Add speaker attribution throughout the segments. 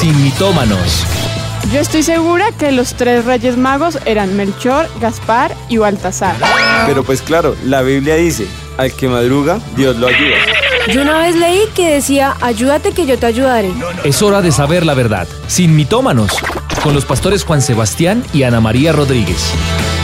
Speaker 1: Sin mitómanos.
Speaker 2: Yo estoy segura que los 3 reyes magos eran Melchor, Gaspar y Baltasar.
Speaker 3: Pero pues claro, la Biblia dice, al que madruga, Dios lo ayuda.
Speaker 4: Yo una vez leí que decía, ayúdate que yo te ayudaré.
Speaker 1: Es hora de saber la verdad. Sin mitómanos. Con los pastores Juan Sebastián y Ana María Rodríguez.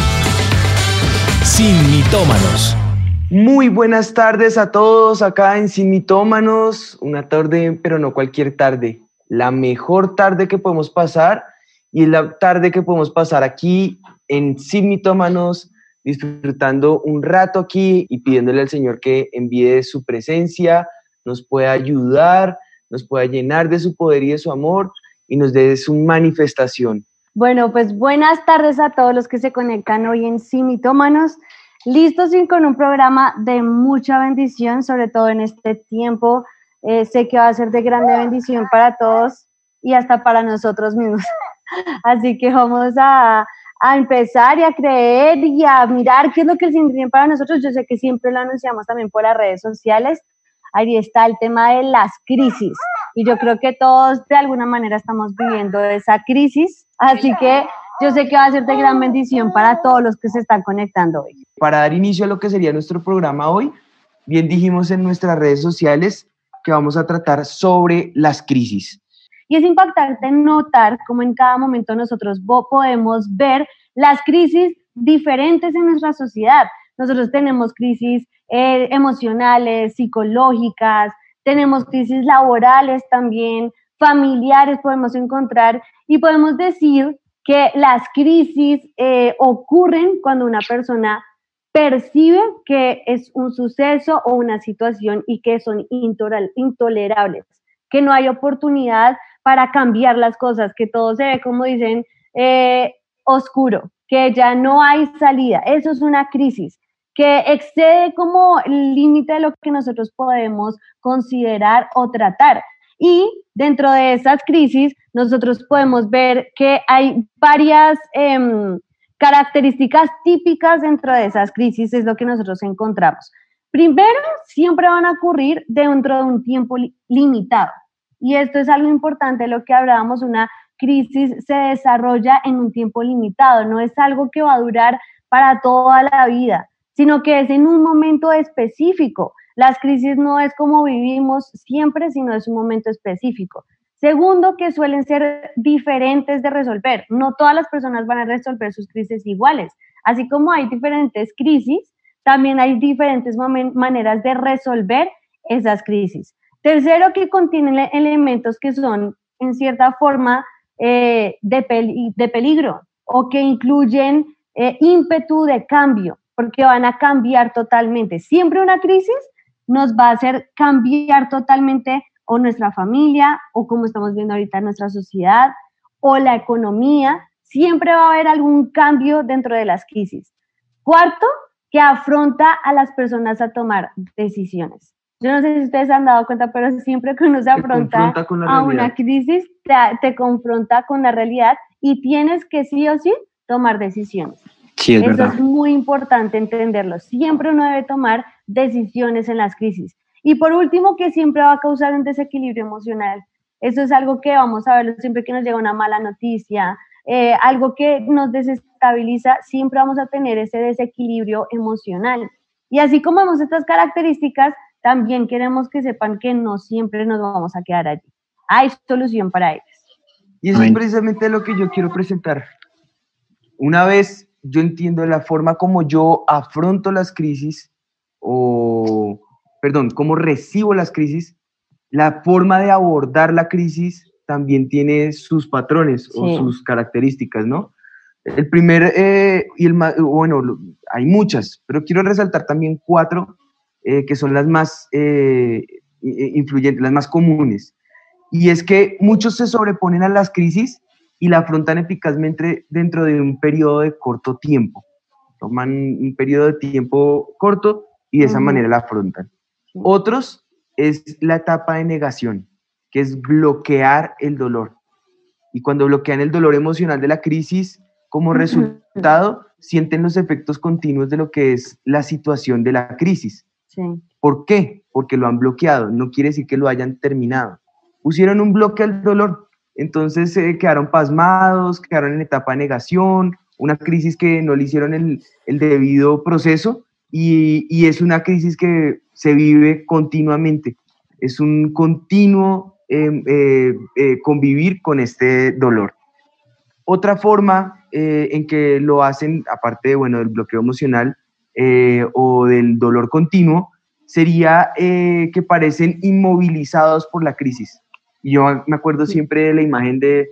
Speaker 1: Sin mitómanos.
Speaker 3: Muy buenas tardes a todos acá en Sin Mitómanos. Una tarde, pero no cualquier tarde. La mejor tarde que podemos pasar y la tarde que podemos pasar aquí en Sin Mitómanos, disfrutando un rato aquí y pidiéndole al Señor que envíe su presencia, nos pueda ayudar, nos pueda llenar de su poder y de su amor y nos dé su manifestación.
Speaker 5: Bueno, pues buenas tardes a todos los que se conectan hoy en Sin Mitómanos, listos y con un programa de mucha bendición, sobre todo en este tiempo. Sé que va a ser de grande bendición para todos y hasta para nosotros mismos. Así que vamos a empezar y a creer y a mirar qué es lo que el Señor tiene para nosotros. Yo sé que siempre lo anunciamos también por las redes sociales. Ahí está el tema de las crisis. Y yo creo que todos de alguna manera estamos viviendo esa crisis. Así que yo sé que va a ser de gran bendición para todos los que se están conectando hoy.
Speaker 3: Para dar inicio a lo que sería nuestro programa hoy, bien dijimos en nuestras redes sociales que vamos a tratar sobre las crisis.
Speaker 5: Y es impactante notar cómo en cada momento nosotros podemos ver las crisis diferentes en nuestra sociedad. Nosotros tenemos crisis emocionales, psicológicas, tenemos crisis laborales también, familiares podemos encontrar, y podemos decir que las crisis ocurren cuando una persona percibe que es un suceso o una situación y que son intolerables, que no hay oportunidad para cambiar las cosas, que todo se ve, como dicen, oscuro, que ya no hay salida. Eso es una crisis que excede como el límite de lo que nosotros podemos considerar o tratar. Y dentro de esas crisis, nosotros podemos ver que hay varias características típicas dentro de esas crisis, es lo que nosotros encontramos. Primero, siempre van a ocurrir dentro de un tiempo limitado. Y esto es algo importante, lo que hablábamos, una crisis se desarrolla en un tiempo limitado, no es algo que va a durar para toda la vida, sino que es en un momento específico. Las crisis no es como vivimos siempre, sino es un momento específico. Segundo, que suelen ser diferentes de resolver. No todas las personas van a resolver sus crisis iguales. Así como hay diferentes crisis, también hay diferentes maneras de resolver esas crisis. Tercero, que contienen elementos que son, en cierta forma, de peligro o que incluyen ímpetu de cambio, porque van a cambiar totalmente. Siempre una crisis nos va a hacer cambiar totalmente o nuestra familia, o como estamos viendo ahorita nuestra sociedad, o la economía. Siempre va a haber algún cambio dentro de las crisis. Cuarto, que afronta a las personas a tomar decisiones. Yo no sé si ustedes se han dado cuenta, pero siempre que uno se afronta a una crisis, te confronta con la realidad y tienes que sí o sí tomar decisiones.
Speaker 3: Sí, es verdad.
Speaker 5: Eso es muy importante entenderlo. Siempre uno debe tomar decisiones en las crisis. Y por último, que siempre va a causar un desequilibrio emocional. Eso es algo que vamos a ver siempre que nos llega una mala noticia, algo que nos desestabiliza, siempre vamos a tener ese desequilibrio emocional. Y así como vemos estas características, también queremos que sepan que no siempre nos vamos a quedar allí. Hay solución para ellas.
Speaker 3: Y eso es precisamente lo que yo quiero presentar. Una vez yo entiendo la forma como yo afronto las crisis, cómo recibo las crisis, la forma de abordar la crisis también tiene sus patrones o sus características, ¿no? El primer, hay muchas, pero quiero resaltar también 4 que son las más influyentes, las más comunes. Y es que muchos se sobreponen a las crisis y la afrontan eficazmente dentro de un periodo de corto tiempo. Toman un periodo de tiempo corto y de esa manera la afrontan. Otros es la etapa de negación, que es bloquear el dolor. Y cuando bloquean el dolor emocional de la crisis, como resultado, sienten los efectos continuos de lo que es la situación de la crisis.
Speaker 5: Sí.
Speaker 3: ¿Por qué? Porque lo han bloqueado, no quiere decir que lo hayan terminado. Pusieron un bloque al dolor, Entonces quedaron pasmados, quedaron en etapa de negación, una crisis que no le hicieron el debido proceso y es una crisis que se vive continuamente. Es un continuo convivir con este dolor. Otra forma en que lo hacen, aparte de, bueno, del bloqueo emocional o del dolor continuo, sería que parecen inmovilizados por la crisis. Y yo me acuerdo siempre de la imagen de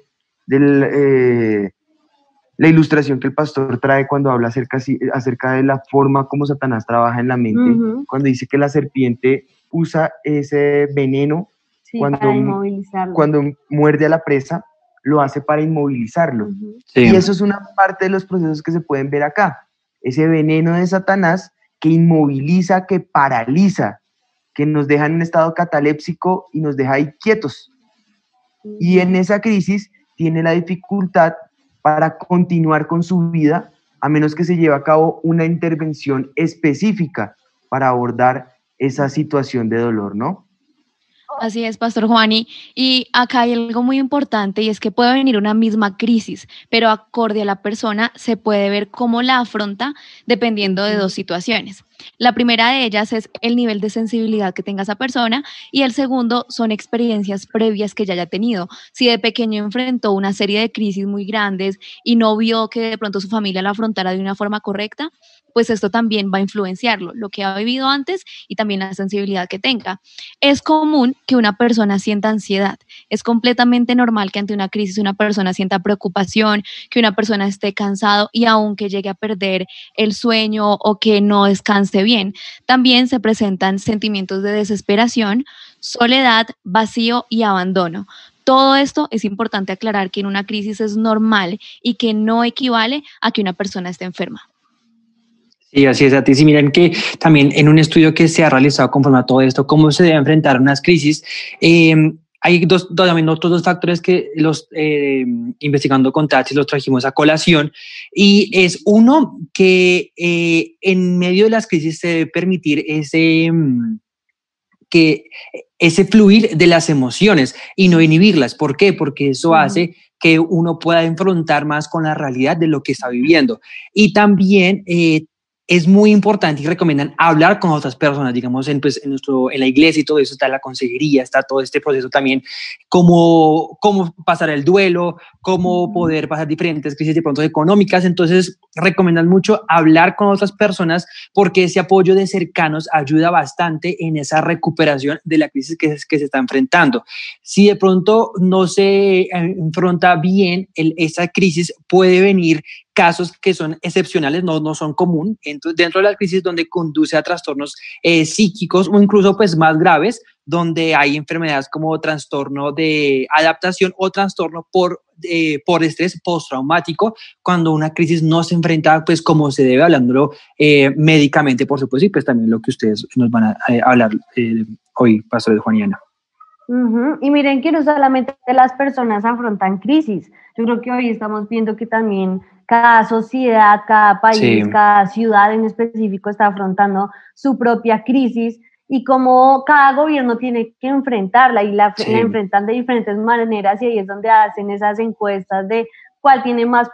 Speaker 3: la ilustración que el pastor trae cuando habla acerca de la forma como Satanás trabaja en la mente, cuando dice que la serpiente usa ese veneno cuando muerde a la presa, lo hace para inmovilizarlo. Sí. Y eso es una parte de los procesos que se pueden ver acá. Ese veneno de Satanás que inmoviliza, que paraliza, que nos deja en un estado catalépsico y nos deja ahí quietos. Y en esa crisis tiene la dificultad para continuar con su vida, a menos que se lleve a cabo una intervención específica para abordar esa situación de dolor, ¿no?
Speaker 6: Así es, Pastor Juani. Y acá hay algo muy importante y es que puede venir una misma crisis, pero acorde a la persona se puede ver cómo la afronta dependiendo de dos situaciones. La primera de ellas es el nivel de sensibilidad que tenga esa persona y el segundo son experiencias previas que ya haya tenido. Si de pequeño enfrentó una serie de crisis muy grandes y no vio que de pronto su familia la afrontara de una forma correcta, pues esto también va a influenciarlo, lo que ha vivido antes y también la sensibilidad que tenga. Es común que una persona sienta ansiedad. Es completamente normal que ante una crisis una persona sienta preocupación, que una persona esté cansado y aunque llegue a perder el sueño o que no descanse bien. También se presentan sentimientos de desesperación, soledad, vacío y abandono. Todo esto es importante aclarar que en una crisis es normal y que no equivale a que una persona esté enferma.
Speaker 7: Sí, así es, Ati. Sí, miren que también en un estudio que se ha realizado conforme a todo esto, cómo se debe enfrentar unas crisis, hay también otros dos factores que los investigando con Tatsi los trajimos a colación, y es uno que en medio de las crisis se debe permitir ese fluir de las emociones y no inhibirlas. ¿Por qué? Porque eso hace que uno pueda enfrentar más con la realidad de lo que está viviendo. Y también es muy importante y recomiendan hablar con otras personas, digamos, en la iglesia y todo eso, está la consejería, está todo este proceso también, cómo pasar el duelo, cómo poder pasar diferentes crisis de pronto económicas. Entonces recomiendan mucho hablar con otras personas porque ese apoyo de cercanos ayuda bastante en esa recuperación de la crisis que se está enfrentando. Si de pronto no se enfrenta bien esa crisis, puede venir casos que son excepcionales, no son común. Entonces, dentro de la crisis donde conduce a trastornos psíquicos o incluso pues más graves, donde hay enfermedades como trastorno de adaptación o trastorno por estrés postraumático, cuando una crisis no se enfrenta pues como se debe, hablándolo médicamente, por supuesto, y pues también lo que ustedes nos van a hablar hoy, Pastor Juan y Ana.
Speaker 5: Y miren que no solamente las personas afrontan crisis, yo creo que hoy estamos viendo que también cada sociedad, cada país, cada ciudad en específico está afrontando su propia crisis y como cada gobierno tiene que enfrentarla y la enfrentan de diferentes maneras, y ahí es donde hacen esas encuestas de cuál tiene más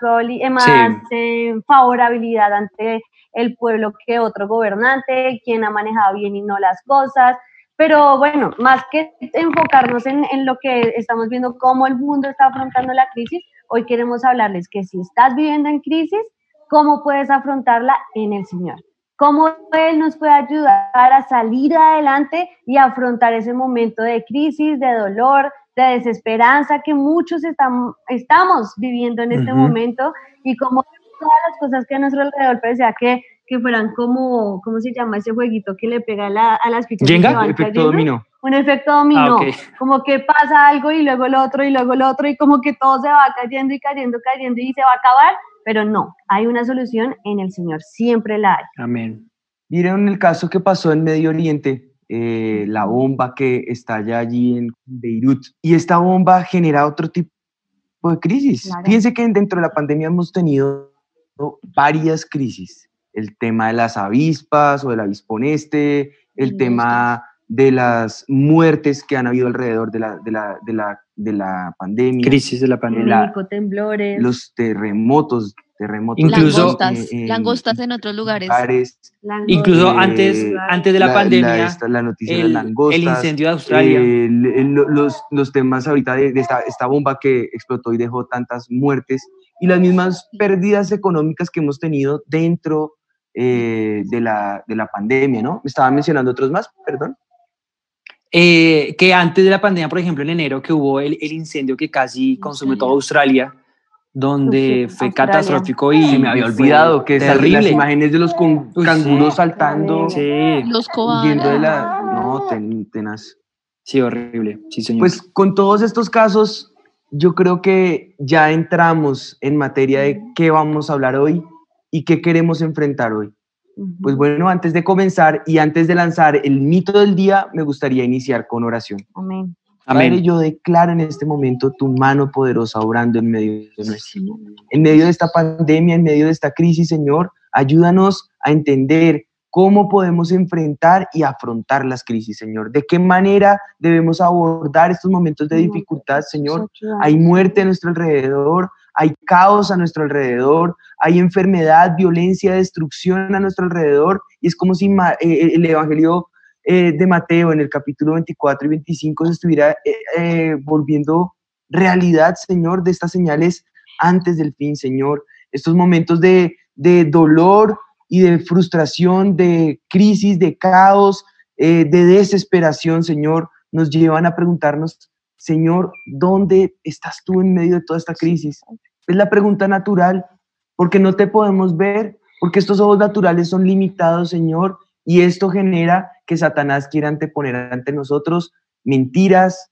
Speaker 5: favorabilidad ante el pueblo que otro gobernante, quién ha manejado bien y no las cosas. Pero bueno, más que enfocarnos en lo que estamos viendo, cómo el mundo está afrontando la crisis, hoy queremos hablarles que si estás viviendo en crisis, ¿cómo puedes afrontarla en el Señor? ¿Cómo Él nos puede ayudar a salir adelante y afrontar ese momento de crisis, de dolor, de desesperanza que muchos estamos viviendo en este momento, y como todas las cosas que a nuestro alrededor parecía que fueran como, ¿cómo se llama ese jueguito que le pega a las fichas?
Speaker 3: ¿Jenga? Efecto dominó.
Speaker 5: Un efecto dominó, como que pasa algo y luego el otro y luego el otro y como que todo se va cayendo y cayendo y se va a acabar, pero no, hay una solución en el Señor, siempre la hay.
Speaker 7: Amén.
Speaker 3: Miren el caso que pasó en Medio Oriente, la bomba que estalla allí en Beirut, y esta bomba genera otro tipo de crisis. Claro. Fíjense que dentro de la pandemia hemos tenido varias crisis, el tema de las avispas o del avispón el tema de las muertes que han habido alrededor de la pandemia.
Speaker 7: Crisis de la pandemia.
Speaker 5: Temblores.
Speaker 3: Los terremotos.
Speaker 7: Incluso
Speaker 6: langostas en otros lugares.
Speaker 7: Incluso antes de la pandemia,
Speaker 3: la noticia de las langostas,
Speaker 7: el incendio de Australia.
Speaker 3: Los temas ahorita de esta bomba que explotó y dejó tantas muertes, y las mismas pérdidas económicas que hemos tenido dentro de la pandemia, ¿no? Me estaban mencionando otros más, perdón.
Speaker 7: Que antes de la pandemia, por ejemplo, en enero, que hubo el incendio que casi consumió toda Australia, donde fue catastrófico y
Speaker 3: se me había olvidado que
Speaker 7: terrible.
Speaker 3: Las imágenes de los canguros saltando,
Speaker 6: los koalas.
Speaker 3: huyendo de no, tenaz.
Speaker 7: Sí, horrible, sí, señor.
Speaker 3: Pues con todos estos casos, yo creo que ya entramos en materia de qué vamos a hablar hoy y qué queremos enfrentar hoy. Pues bueno, antes de comenzar y antes de lanzar el mito del día, me gustaría iniciar con oración.
Speaker 5: Amén.
Speaker 3: Padre, yo declaro en este momento tu mano poderosa obrando en medio de nuestro. En medio de esta pandemia, en medio de esta crisis, Señor, ayúdanos a entender cómo podemos enfrentar y afrontar las crisis, Señor. De qué manera debemos abordar estos momentos de dificultad, Señor. Hay muerte a nuestro alrededor, hay caos a nuestro alrededor, hay enfermedad, violencia, destrucción a nuestro alrededor, y es como si el Evangelio de Mateo en el capítulo 24 y 25 se estuviera volviendo realidad, Señor, de estas señales antes del fin, Señor. Estos momentos de dolor y de frustración, de crisis, de caos, de desesperación, Señor, nos llevan a preguntarnos, Señor, ¿dónde estás tú en medio de toda esta crisis? Es la pregunta natural, porque no te podemos ver, porque estos ojos naturales son limitados, Señor, y esto genera que Satanás quiera anteponer ante nosotros mentiras,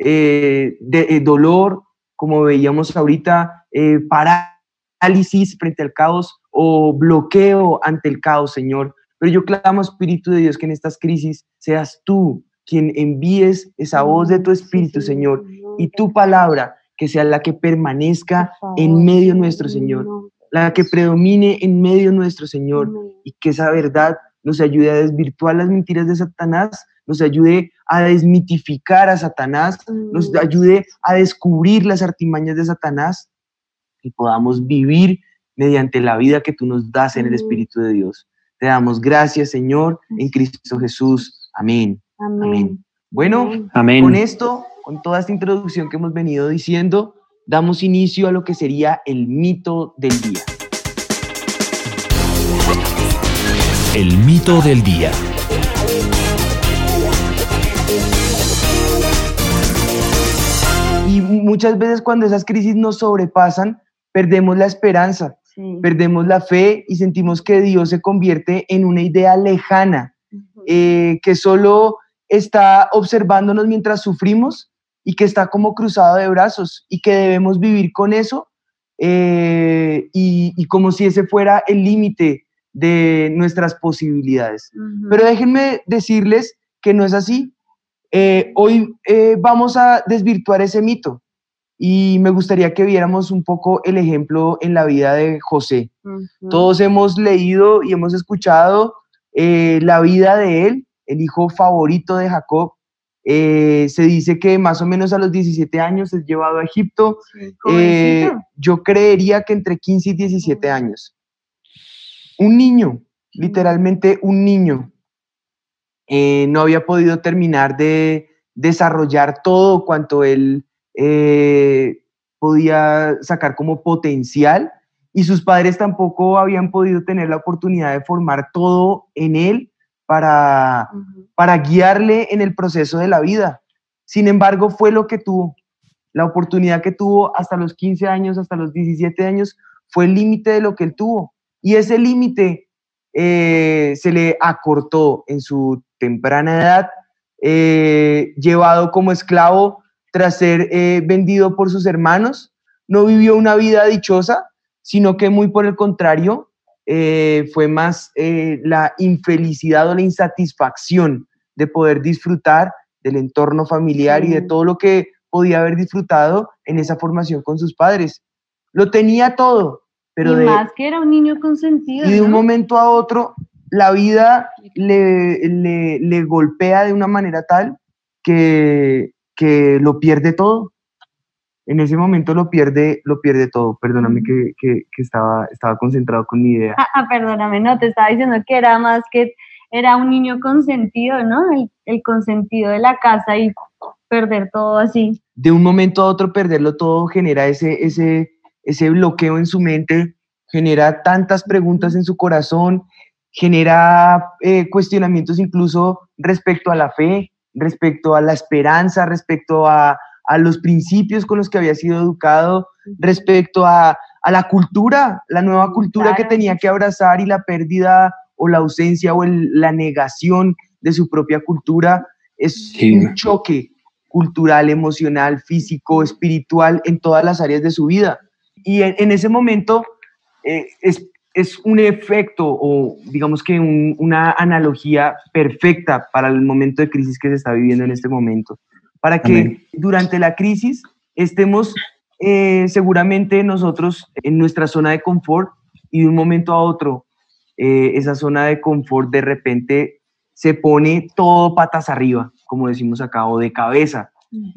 Speaker 3: dolor, como veíamos ahorita, parálisis frente al caos o bloqueo ante el caos, Señor. Pero yo clamo, Espíritu de Dios, que en estas crisis seas tú quien envíes esa voz de tu Espíritu, Señor, y tu palabra, que sea la que permanezca en medio nuestro, Señor, la que predomine en medio nuestro, Señor, y que esa verdad nos ayude a desvirtuar las mentiras de Satanás, nos ayude a desmitificar a Satanás, nos ayude a descubrir las artimañas de Satanás y podamos vivir mediante la vida que tú nos das en el Espíritu de Dios. Te damos gracias, Señor, en Cristo Jesús. Amén. Amén. Bueno,
Speaker 7: amén.
Speaker 3: Con esto, con toda esta introducción que hemos venido diciendo, damos inicio a lo que sería el mito del día.
Speaker 1: El mito del día.
Speaker 3: Y muchas veces cuando esas crisis nos sobrepasan, perdemos la esperanza, perdemos la fe y sentimos que Dios se convierte en una idea lejana, que solo está observándonos mientras sufrimos y que está como cruzado de brazos y que debemos vivir con eso y como si ese fuera el límite de nuestras posibilidades. Pero déjenme decirles que no es así. Hoy vamos a desvirtuar ese mito y me gustaría que viéramos un poco el ejemplo en la vida de José. Todos hemos leído y hemos escuchado la vida de él, el hijo favorito de Jacob. Se dice que más o menos a los 17 años es llevado a Egipto. Yo creería que entre 15 y 17 años. Un niño, literalmente un niño. No había podido terminar de desarrollar todo cuanto él podía sacar como potencial, y sus padres tampoco habían podido tener la oportunidad de formar todo en él para guiarle en el proceso de la vida. Sin embargo, fue lo que tuvo. La oportunidad que tuvo hasta los 15 años, hasta los 17 años, fue el límite de lo que él tuvo. Y ese límite se le acortó en su temprana edad, llevado como esclavo tras ser vendido por sus hermanos. No vivió una vida dichosa, sino que muy por el contrario, fue más la infelicidad o la insatisfacción de poder disfrutar del entorno familiar y de todo lo que podía haber disfrutado en esa formación con sus padres. Lo tenía todo, pero
Speaker 5: y más que era un niño consentido.
Speaker 3: Y de un momento a otro la vida le golpea de una manera tal que lo pierde todo. En ese momento lo pierde todo. Perdóname que estaba concentrado con mi idea.
Speaker 5: Perdóname, no, te estaba diciendo que era más que era un niño consentido, ¿no? El consentido de la casa y perder todo así.
Speaker 3: De un momento a otro perderlo todo genera ese bloqueo en su mente, genera tantas preguntas en su corazón, genera cuestionamientos incluso respecto a la fe, respecto a la esperanza, respecto a los principios con los que había sido educado, respecto a la cultura, la nueva cultura que tenía que abrazar y la pérdida o la ausencia o la negación de su propia cultura. Es un choque cultural, emocional, físico, espiritual en todas las áreas de su vida. Y en ese momento es un efecto o digamos que una analogía perfecta para el momento de crisis que se está viviendo en este momento. Para que durante la crisis estemos seguramente nosotros en nuestra zona de confort y de un momento a otro esa zona de confort de repente se pone todo patas arriba, como decimos acá, o de cabeza.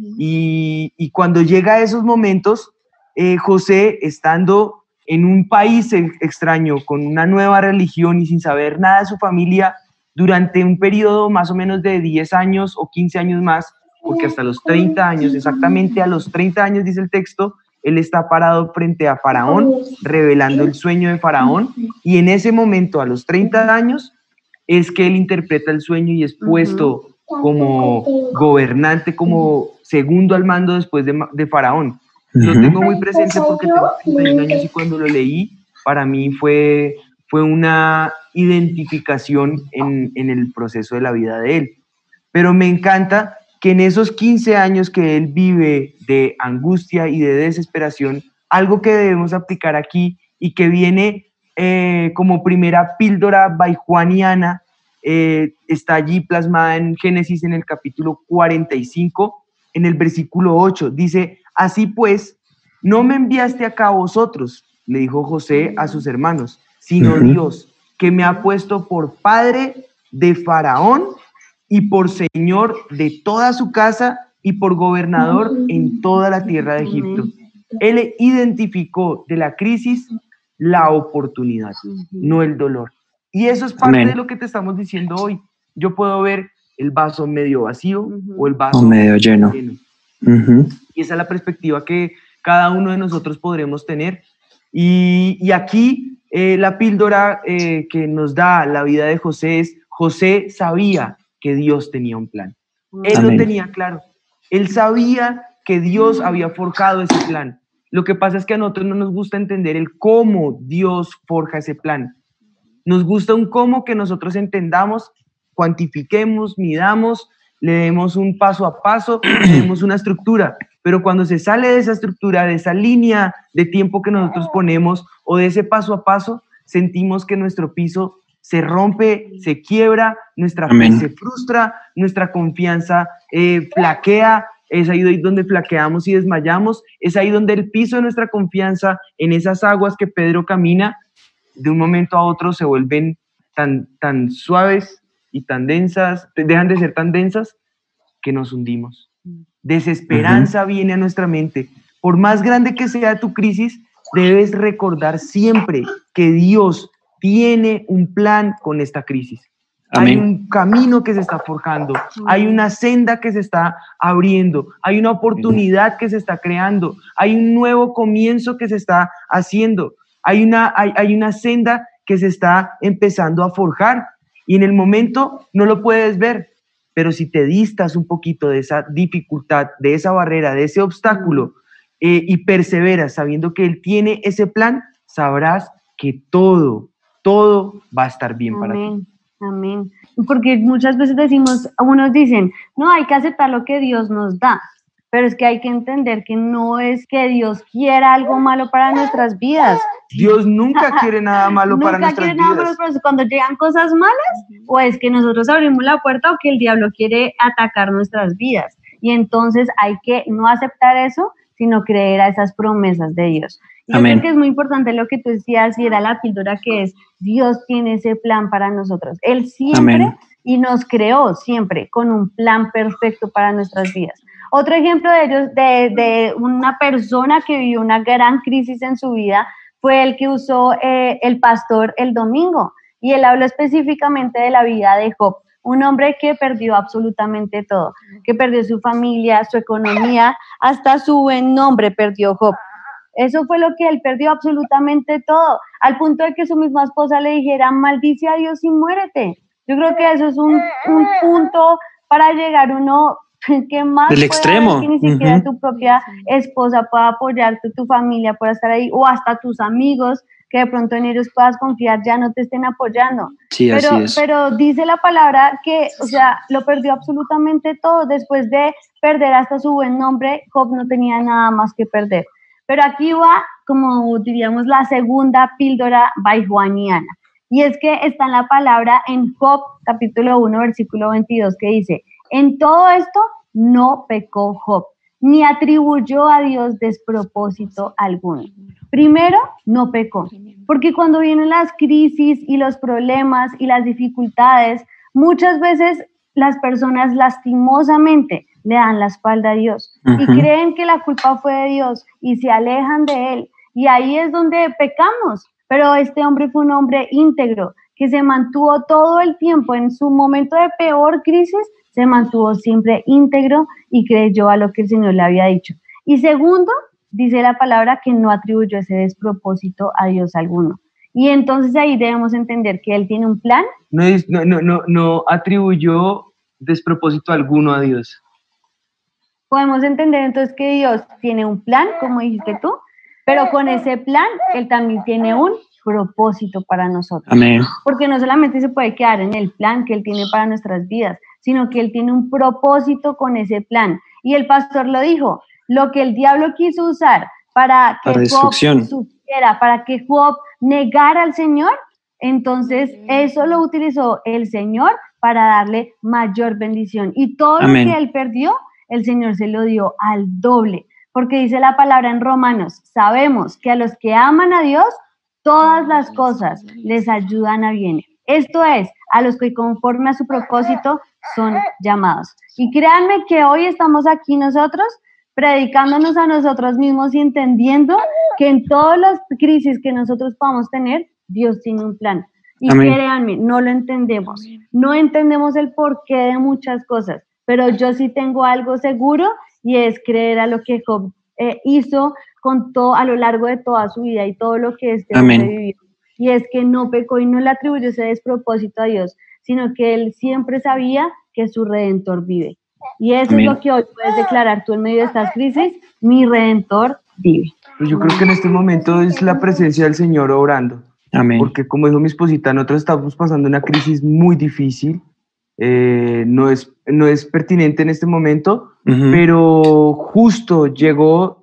Speaker 3: Y cuando llega a esos momentos, José, estando en un país extraño, con una nueva religión y sin saber nada de su familia, durante un periodo más o menos de 10 años o 15 años más, porque hasta los 30 años, exactamente a los 30 años dice el texto, él está parado frente a Faraón, revelando el sueño de Faraón, y en ese momento, a los 30 años, es que él interpreta el sueño y es puesto como gobernante, como segundo al mando después de Faraón. Lo tengo muy presente porque tengo 31 años y cuando lo leí, para mí fue una identificación en el proceso de la vida de él. Pero me encanta que en esos 15 años que él vive de angustia y de desesperación, algo que debemos aplicar aquí y que viene como primera píldora baijuaniana, está allí plasmada en Génesis en el capítulo 45, en el versículo 8, dice: así pues, no me enviaste acá a vosotros, le dijo José a sus hermanos, sino Dios, que me ha puesto por padre de Faraón y por señor de toda su casa y por gobernador en toda la tierra de Egipto. Él identificó de la crisis la oportunidad, no el dolor. Y eso es parte de lo que te estamos diciendo hoy. Yo puedo ver el vaso medio vacío o el vaso
Speaker 7: medio lleno.
Speaker 3: Y esa es la perspectiva que cada uno de nosotros podremos tener. Y aquí la píldora que nos da la vida de José es: José sabía que Dios tenía un plan. Él lo tenía claro. Él sabía que Dios había forjado ese plan. Lo que pasa es que a nosotros no nos gusta entender el cómo Dios forja ese plan. Nos gusta un cómo que nosotros entendamos, cuantifiquemos, midamos, le demos un paso a paso, le demos una estructura. Pero cuando se sale de esa estructura, de esa línea de tiempo que nosotros ponemos o de ese paso a paso, sentimos que nuestro piso se rompe, se quiebra, nuestra fe se frustra, nuestra confianza flaquea. Es ahí donde flaqueamos y desmayamos, es ahí donde el piso de nuestra confianza en esas aguas que Pedro camina, de un momento a otro se vuelven tan suaves y tan densas, dejan de ser tan densas que nos hundimos. Desesperanza viene a nuestra mente. Por más grande que sea tu crisis, debes recordar siempre que Dios tiene un plan con esta crisis. Hay un camino que se está forjando, hay una senda que se está abriendo, hay una oportunidad que se está creando, hay un nuevo comienzo que se está haciendo, hay una senda que se está empezando a forjar y en el momento no lo puedes ver, pero si te distas un poquito de esa dificultad, de esa barrera, de ese obstáculo y perseveras sabiendo que Él tiene ese plan, sabrás que todo va a estar bien para ti.
Speaker 5: Amén. Porque muchas veces unos dicen, no, hay que aceptar lo que Dios nos da, pero es que hay que entender que no es que Dios quiera algo malo para nuestras vidas.
Speaker 3: Dios nunca quiere nada malo para nuestras vidas. Nunca quiere nada malo, pero
Speaker 5: cuando llegan cosas malas, o es que nosotros abrimos la puerta o que el diablo quiere atacar nuestras vidas. Y entonces hay que no aceptar eso, sino creer a esas promesas de Dios. Y yo creo que es muy importante lo que tú decías, y era la píldora, que es: Dios tiene ese plan para nosotros. Él siempre, y nos creó siempre con un plan perfecto para nuestras vidas. Otro ejemplo de ellos, de una persona que vivió una gran crisis en su vida, fue el que usó el pastor el domingo, y él habló específicamente de la vida de Job, un hombre que perdió absolutamente todo, que perdió su familia, su economía, hasta su buen nombre perdió Job. Eso fue lo que él perdió, absolutamente todo, al punto de que su misma esposa le dijera: maldice a Dios y muérete. Yo creo que eso es un punto para llegar uno que más
Speaker 7: del extremo,
Speaker 5: que ni siquiera tu propia esposa pueda apoyarte, tu familia pueda estar ahí, o hasta tus amigos, que de pronto en ellos puedas confiar, ya no te estén apoyando.
Speaker 7: Sí, así es.
Speaker 5: Pero dice la palabra que, o sea, lo perdió absolutamente todo. Después de perder hasta su buen nombre, Job no tenía nada más que perder. Pero aquí va, como diríamos, la segunda píldora baijuaniana. Y es que está en la palabra en Job, capítulo 1, versículo 22, que dice: en todo esto no pecó Job, ni atribuyó a Dios despropósito alguno. Primero, no pecó, porque cuando vienen las crisis y los problemas y las dificultades, muchas veces las personas lastimosamente le dan la espalda a Dios y creen que la culpa fue de Dios y se alejan de Él. Y ahí es donde pecamos. Pero este hombre fue un hombre íntegro, que se mantuvo todo el tiempo en su momento de peor crisis, se mantuvo siempre íntegro y creyó a lo que el Señor le había dicho. Y segundo, dice la palabra que no atribuyó ese despropósito a Dios alguno. Y entonces ahí debemos entender que Él tiene un plan.
Speaker 3: No atribuyó despropósito alguno a Dios.
Speaker 5: Podemos entender entonces que Dios tiene un plan, como dijiste tú, pero con ese plan Él también tiene un propósito para nosotros.
Speaker 7: Amén.
Speaker 5: Porque no solamente se puede quedar en el plan que Él tiene para nuestras vidas, sino que Él tiene un propósito con ese plan. Y el pastor lo dijo: lo que el diablo quiso usar para que Job sufriera, para que Job negara al Señor, entonces eso lo utilizó el Señor para darle mayor bendición. Y todo lo que él perdió, el Señor se lo dio al doble. Porque dice la palabra en Romanos: sabemos que a los que aman a Dios, todas las cosas les ayudan a bien. Esto es, a los que conforme a su propósito son llamados. Y créanme que hoy estamos aquí nosotros, predicándonos a nosotros mismos y entendiendo que en todas las crisis que nosotros podamos tener, Dios tiene un plan. Y créanme, no lo entendemos. No entendemos el porqué de muchas cosas, pero yo sí tengo algo seguro, y es creer a lo que Job hizo con todo, a lo largo de toda su vida y todo lo que este hombre vivió. Y es que no pecó y no le atribuyó ese despropósito a Dios, sino que él siempre sabía que su Redentor vive. Y eso es lo que hoy puedes declarar tú en medio de estas crisis: mi Redentor vive.
Speaker 3: Pues yo creo que en este momento es la presencia del Señor obrando.
Speaker 7: Amén.
Speaker 3: Porque como dijo mi esposita, nosotros estamos pasando una crisis muy difícil. No es pertinente en este momento, pero justo llegó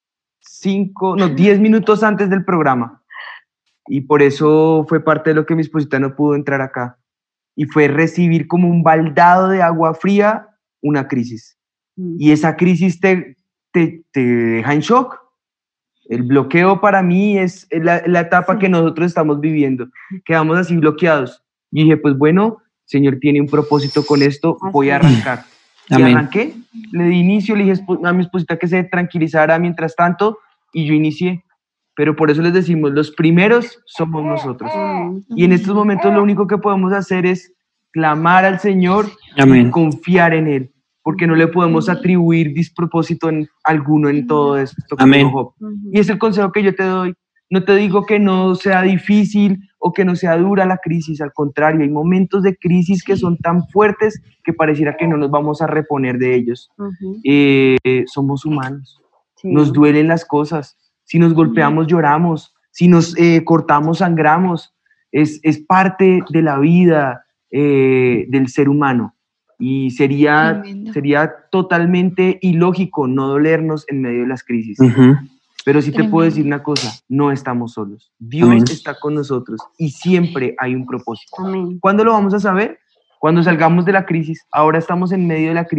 Speaker 3: 10 minutos antes del programa, y por eso fue parte de lo que mi esposita no pudo entrar acá, y fue recibir como un baldado de agua fría una crisis, y esa crisis te deja en shock. El bloqueo para mí es la etapa que nosotros estamos viviendo, quedamos así bloqueados, y dije, pues bueno, Señor tiene un propósito con esto, voy a arrancar. Y arranqué, le di inicio, le dije a mi esposita que se tranquilizara mientras tanto, y yo inicié. Pero por eso les decimos, los primeros somos nosotros. Y en estos momentos lo único que podemos hacer es clamar al Señor y confiar en Él, porque no le podemos atribuir despropósito alguno en todo esto que dijo Job. Y es el consejo que yo te doy. No te digo que no sea difícil o que no sea dura la crisis, al contrario, hay momentos de crisis que son tan fuertes que pareciera que no nos vamos a reponer de ellos. Somos humanos, nos duelen las cosas, si nos golpeamos lloramos, si nos cortamos sangramos, es parte de la vida del ser humano, y sería totalmente ilógico no dolernos en medio de las crisis. Pero sí te puedo decir una cosa, no estamos solos. Dios está con nosotros y siempre hay un propósito. ¿Cuándo lo vamos a saber? Cuando salgamos de la crisis. Ahora estamos en medio de la crisis.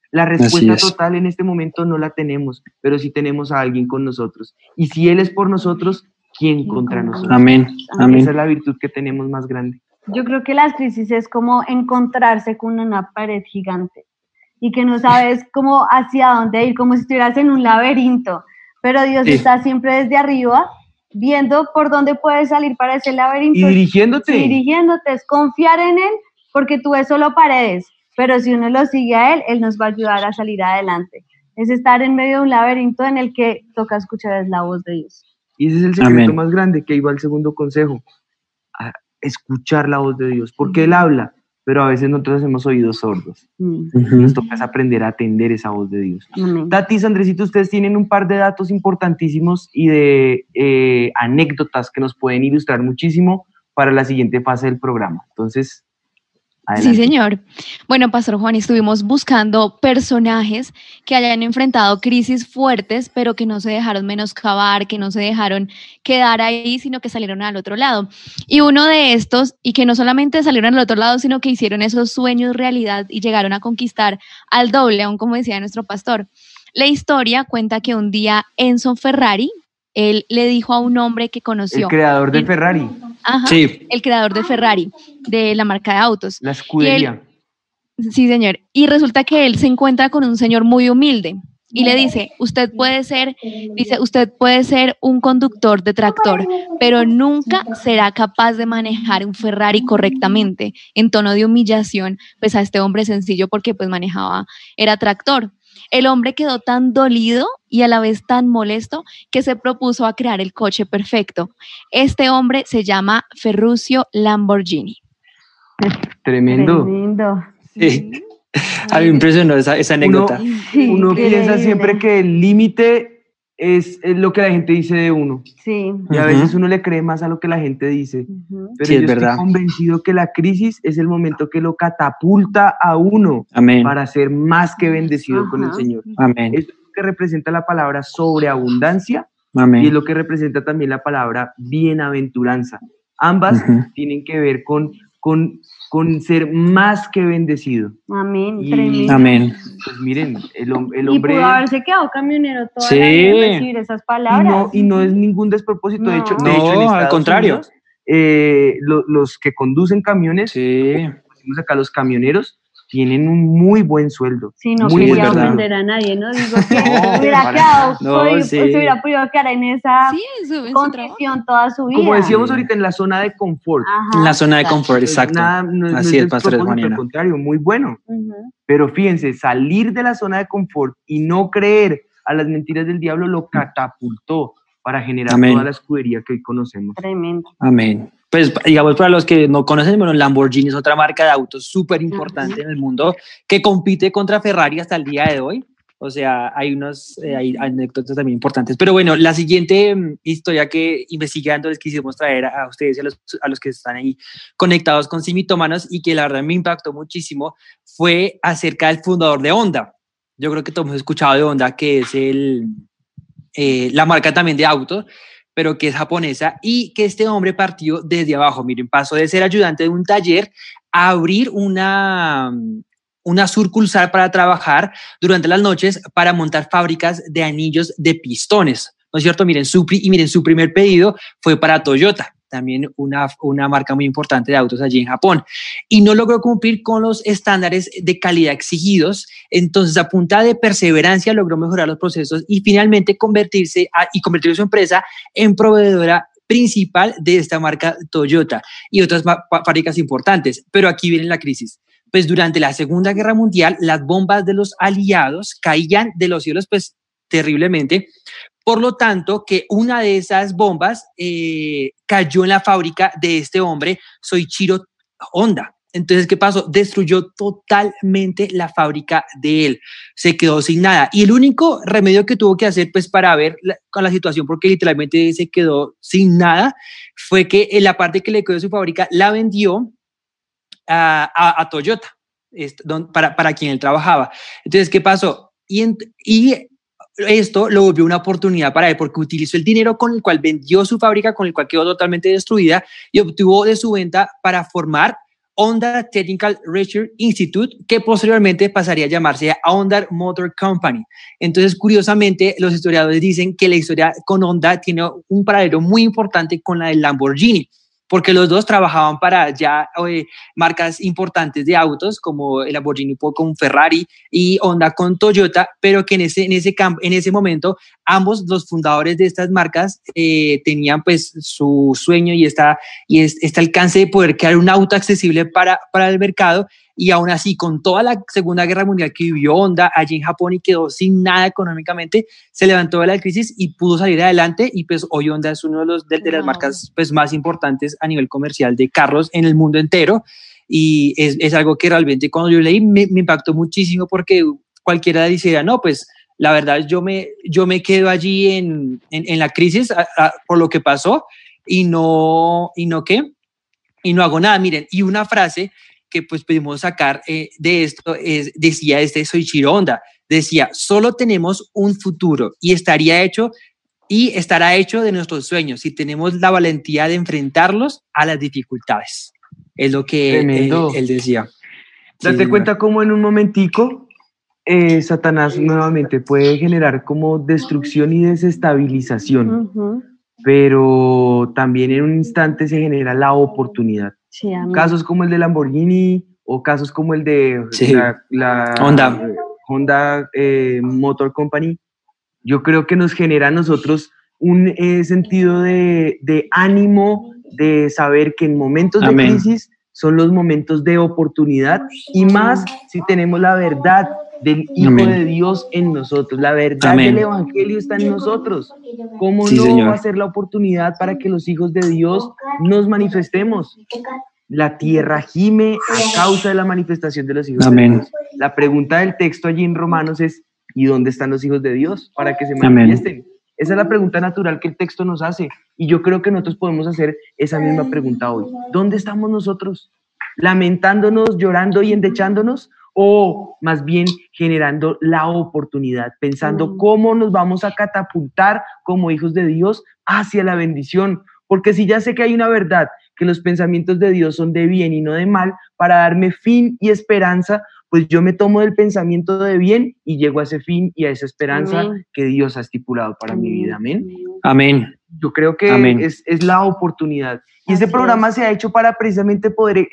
Speaker 3: La respuesta
Speaker 7: es.
Speaker 3: total en este momento no la tenemos, pero sí tenemos a alguien con nosotros. Y si Él es por nosotros, ¿quién contra nosotros?
Speaker 7: Amén. Amén.
Speaker 3: Esa es la virtud que tenemos más grande.
Speaker 5: Yo creo que las crisis es como encontrarse con una pared gigante y que no sabes cómo hacia dónde ir, como si estuvieras en un laberinto, pero Dios está siempre desde arriba viendo por dónde puedes salir para ese laberinto.
Speaker 3: Y dirigiéndote.
Speaker 5: Sí, dirigiéndote, es confiar en Él, porque tú ves solo paredes, pero si uno lo sigue a Él, Él nos va a ayudar a salir adelante. Es estar en medio de un laberinto en el que toca escuchar la voz de Dios.
Speaker 3: Y ese es el secreto más grande, que iba al segundo consejo, a escuchar la voz de Dios, porque Él habla, pero a veces nosotros hemos oídos sordos. Nos toca aprender a atender esa voz de Dios. Tatis, Andresito, ustedes tienen un par de datos importantísimos y de anécdotas que nos pueden ilustrar muchísimo para la siguiente fase del programa. Entonces, adelante.
Speaker 6: Sí, señor. Bueno, Pastor Juan, estuvimos buscando personajes que hayan enfrentado crisis fuertes, pero que no se dejaron menoscabar, que no se dejaron quedar ahí, sino que salieron al otro lado. Y uno de estos, y que no solamente salieron al otro lado, sino que hicieron esos sueños realidad y llegaron a conquistar al doble, aún como decía nuestro pastor. La historia cuenta que un día Enzo Ferrari, él le dijo a un hombre que conoció.
Speaker 3: El creador de Ferrari.
Speaker 6: Ajá, sí. El creador de Ferrari, de la marca de autos.
Speaker 3: La escudería.
Speaker 6: Sí, señor. Y resulta que él se encuentra con un señor muy humilde y le dice, usted puede ser un conductor de tractor, pero nunca será capaz de manejar un Ferrari correctamente. En tono de humillación, pues a este hombre sencillo porque pues era tractor. El hombre quedó tan dolido y a la vez tan molesto que se propuso a crear el coche perfecto. Este hombre se llama Ferruccio Lamborghini.
Speaker 3: Tremendo.
Speaker 7: Sí. A mí me impresionó esa anécdota.
Speaker 3: Uno piensa siempre que el límite es lo que la gente dice de uno.
Speaker 5: Sí.
Speaker 3: Y a veces uno le cree más a lo que la gente dice. Pero
Speaker 7: sí,
Speaker 3: yo estoy convencido que la crisis es el momento que lo catapulta a uno.
Speaker 7: Amén.
Speaker 3: Para ser más que bendecido con el Señor.
Speaker 7: Amén.
Speaker 3: Es lo que representa la palabra sobreabundancia.
Speaker 7: Amén.
Speaker 3: Y es lo que representa también la palabra bienaventuranza. Ambas tienen que ver con ser más que bendecido.
Speaker 5: Amén.
Speaker 7: Amén.
Speaker 3: Pues miren, el hombre...
Speaker 5: Y pudo haberse quedado camionero toda la vida y recibir esas palabras.
Speaker 3: Y no es ningún despropósito. No. De hecho,
Speaker 7: al contrario.
Speaker 3: Unidos, los que conducen camiones, decimos acá los camioneros, tienen un muy buen sueldo.
Speaker 5: Sí, no quería ofender a nadie, ¿no? Digo que se hubiera podido quedar en esa condición toda su vida.
Speaker 3: Como decíamos ahorita, en la zona de confort.
Speaker 7: En la zona de confort, exacto.
Speaker 3: Así es, Pastor Juanina. Al contrario, muy bueno. Pero fíjense, salir de la zona de confort y no creer a las mentiras del diablo lo catapultó para generar toda la escudería que hoy conocemos.
Speaker 5: Tremendo.
Speaker 7: Amén. Pues digamos, para los que no conocen, bueno, Lamborghini es otra marca de autos súper importante en el mundo que compite contra Ferrari hasta el día de hoy. O sea, hay anécdotas también importantes. Pero bueno, la siguiente historia que investigando les quisimos traer a ustedes y a los que están ahí conectados con Simitómanos y que la verdad me impactó muchísimo fue acerca del fundador de Honda. Yo creo que todos hemos escuchado de Honda, que es la marca también de autos, pero que es japonesa, y que este hombre partió desde abajo. Miren, pasó de ser ayudante de un taller a abrir una sucursal para trabajar durante las noches para montar fábricas de anillos de pistones, ¿no es cierto? Miren, su primer pedido fue para Toyota, también una marca muy importante de autos allí en Japón, y no logró cumplir con los estándares de calidad exigidos. Entonces, a punta de perseverancia logró mejorar los procesos y finalmente convertir su empresa en proveedora principal de esta marca Toyota y otras fábricas importantes. Pero aquí viene la crisis. Pues durante la Segunda Guerra Mundial, las bombas de los aliados caían de los cielos pues terriblemente. Por lo tanto, que una de esas bombas cayó en la fábrica de este hombre, Soichiro Honda. Entonces, ¿qué pasó? Destruyó totalmente la fábrica de él. Se quedó sin nada. Y el único remedio que tuvo que hacer pues, para ver con la situación, porque literalmente se quedó sin nada, fue que en la parte que le quedó de su fábrica la vendió a Toyota, para quien él trabajaba. Entonces, ¿qué pasó? Y esto lo volvió una oportunidad para él porque utilizó el dinero con el cual vendió su fábrica, con el cual quedó totalmente destruida, y obtuvo de su venta para formar Honda Technical Research Institute, que posteriormente pasaría a llamarse Honda Motor Company. Entonces, curiosamente, los historiadores dicen que la historia con Honda tiene un paralelo muy importante con la del Lamborghini, porque los dos trabajaban para ya marcas importantes de autos, como el Lamborghini con Ferrari y Honda con Toyota, pero que en ese momento ambos los fundadores de estas marcas tenían pues su sueño y este alcance de poder crear un auto accesible para el mercado. Y aún así, con toda la Segunda Guerra Mundial que vivió Honda allí en Japón y quedó sin nada económicamente, se levantó de la crisis y pudo salir adelante. Y pues hoy Honda es uno de las marcas pues, más importantes a nivel comercial de carros en el mundo entero. Y es algo que realmente cuando yo leí me impactó muchísimo, porque cualquiera dijera, no, pues la verdad yo me quedo allí en la crisis por lo que pasó y no hago nada. Miren, y una frase que pues pudimos sacar de esto decía Soichiro Honda, decía: solo tenemos un futuro y estará hecho de nuestros sueños si tenemos la valentía de enfrentarlos a las dificultades. Es lo que él decía.
Speaker 3: Date cuenta cómo en un momentico Satanás nuevamente puede generar como destrucción y desestabilización, pero también en un instante se genera la oportunidad.
Speaker 5: Sí,
Speaker 3: casos como el de Lamborghini o casos como el de la Honda Motor Company, yo creo que nos genera a nosotros un sentido de ánimo, de saber que en momentos de crisis son los momentos de oportunidad, y más si tenemos la verdad del Hijo de Dios en nosotros. La verdad del Evangelio está en nosotros. ¿Cómo no va a ser la oportunidad para que los hijos de Dios nos manifestemos? La tierra gime a causa de la manifestación de los hijos de Dios. La pregunta del texto allí en Romanos es: ¿y dónde están los hijos de Dios para que se manifiesten? Esa es la pregunta natural que el texto nos hace, y yo creo que nosotros podemos hacer esa misma pregunta hoy. ¿Dónde estamos nosotros? ¿Lamentándonos, llorando y endechándonos? ¿O más bien generando la oportunidad, pensando cómo nos vamos a catapultar como hijos de Dios hacia la bendición? Porque si ya sé que hay una verdad, que los pensamientos de Dios son de bien y no de mal, para darme fin y esperanza, pues yo me tomo del pensamiento de bien y llego a ese fin y a esa esperanza que Dios ha estipulado para mi vida. Amén.
Speaker 7: Amén.
Speaker 3: Yo creo que es la oportunidad. Y ese programa se ha hecho para precisamente poder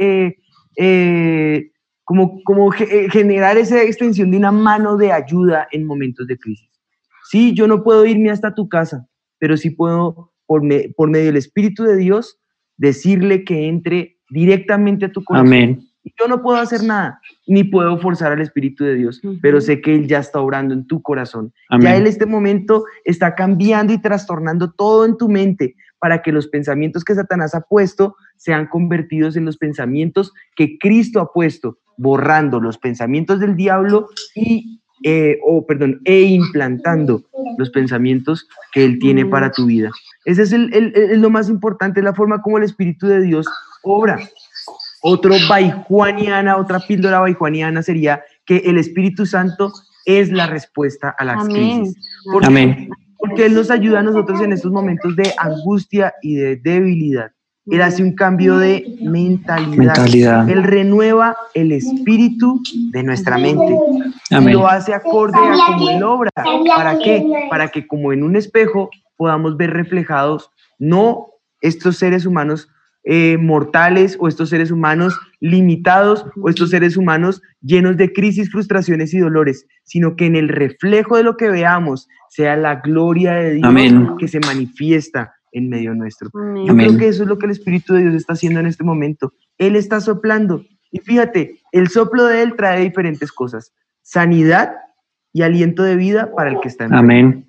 Speaker 3: generar esa extensión de una mano de ayuda en momentos de crisis. Sí, yo no puedo irme hasta tu casa, pero sí puedo, por medio del Espíritu de Dios, decirle que entre directamente a tu corazón.
Speaker 7: Amén.
Speaker 3: Y yo no puedo hacer nada, ni puedo forzar al Espíritu de Dios, pero sé que Él ya está obrando en tu corazón. Amén. Ya Él en este momento está cambiando y trastornando todo en tu mente, para que los pensamientos que Satanás ha puesto sean convertidos en los pensamientos que Cristo ha puesto, borrando los pensamientos del diablo e implantando los pensamientos que Él tiene para tu vida. Ese es lo más importante, la forma como el Espíritu de Dios obra. Otra píldora baijuaniana sería que el Espíritu Santo es la respuesta a las crisis. Porque Él nos ayuda a nosotros en estos momentos de angustia y de debilidad. Él hace un cambio de mentalidad. Él renueva el espíritu de nuestra mente. Y lo hace acorde a como Él obra. ¿Para qué? Para que como en un espejo podamos ver reflejados no estos seres humanos mortales, o estos seres humanos limitados, o estos seres humanos llenos de crisis, frustraciones y dolores, sino que en el reflejo de lo que veamos sea la gloria de Dios que se manifiesta en medio nuestro. Yo creo que eso es lo que el Espíritu de Dios está haciendo en este momento. Él está soplando, y fíjate, el soplo de Él trae diferentes cosas: sanidad y aliento de vida para el que está enfermo.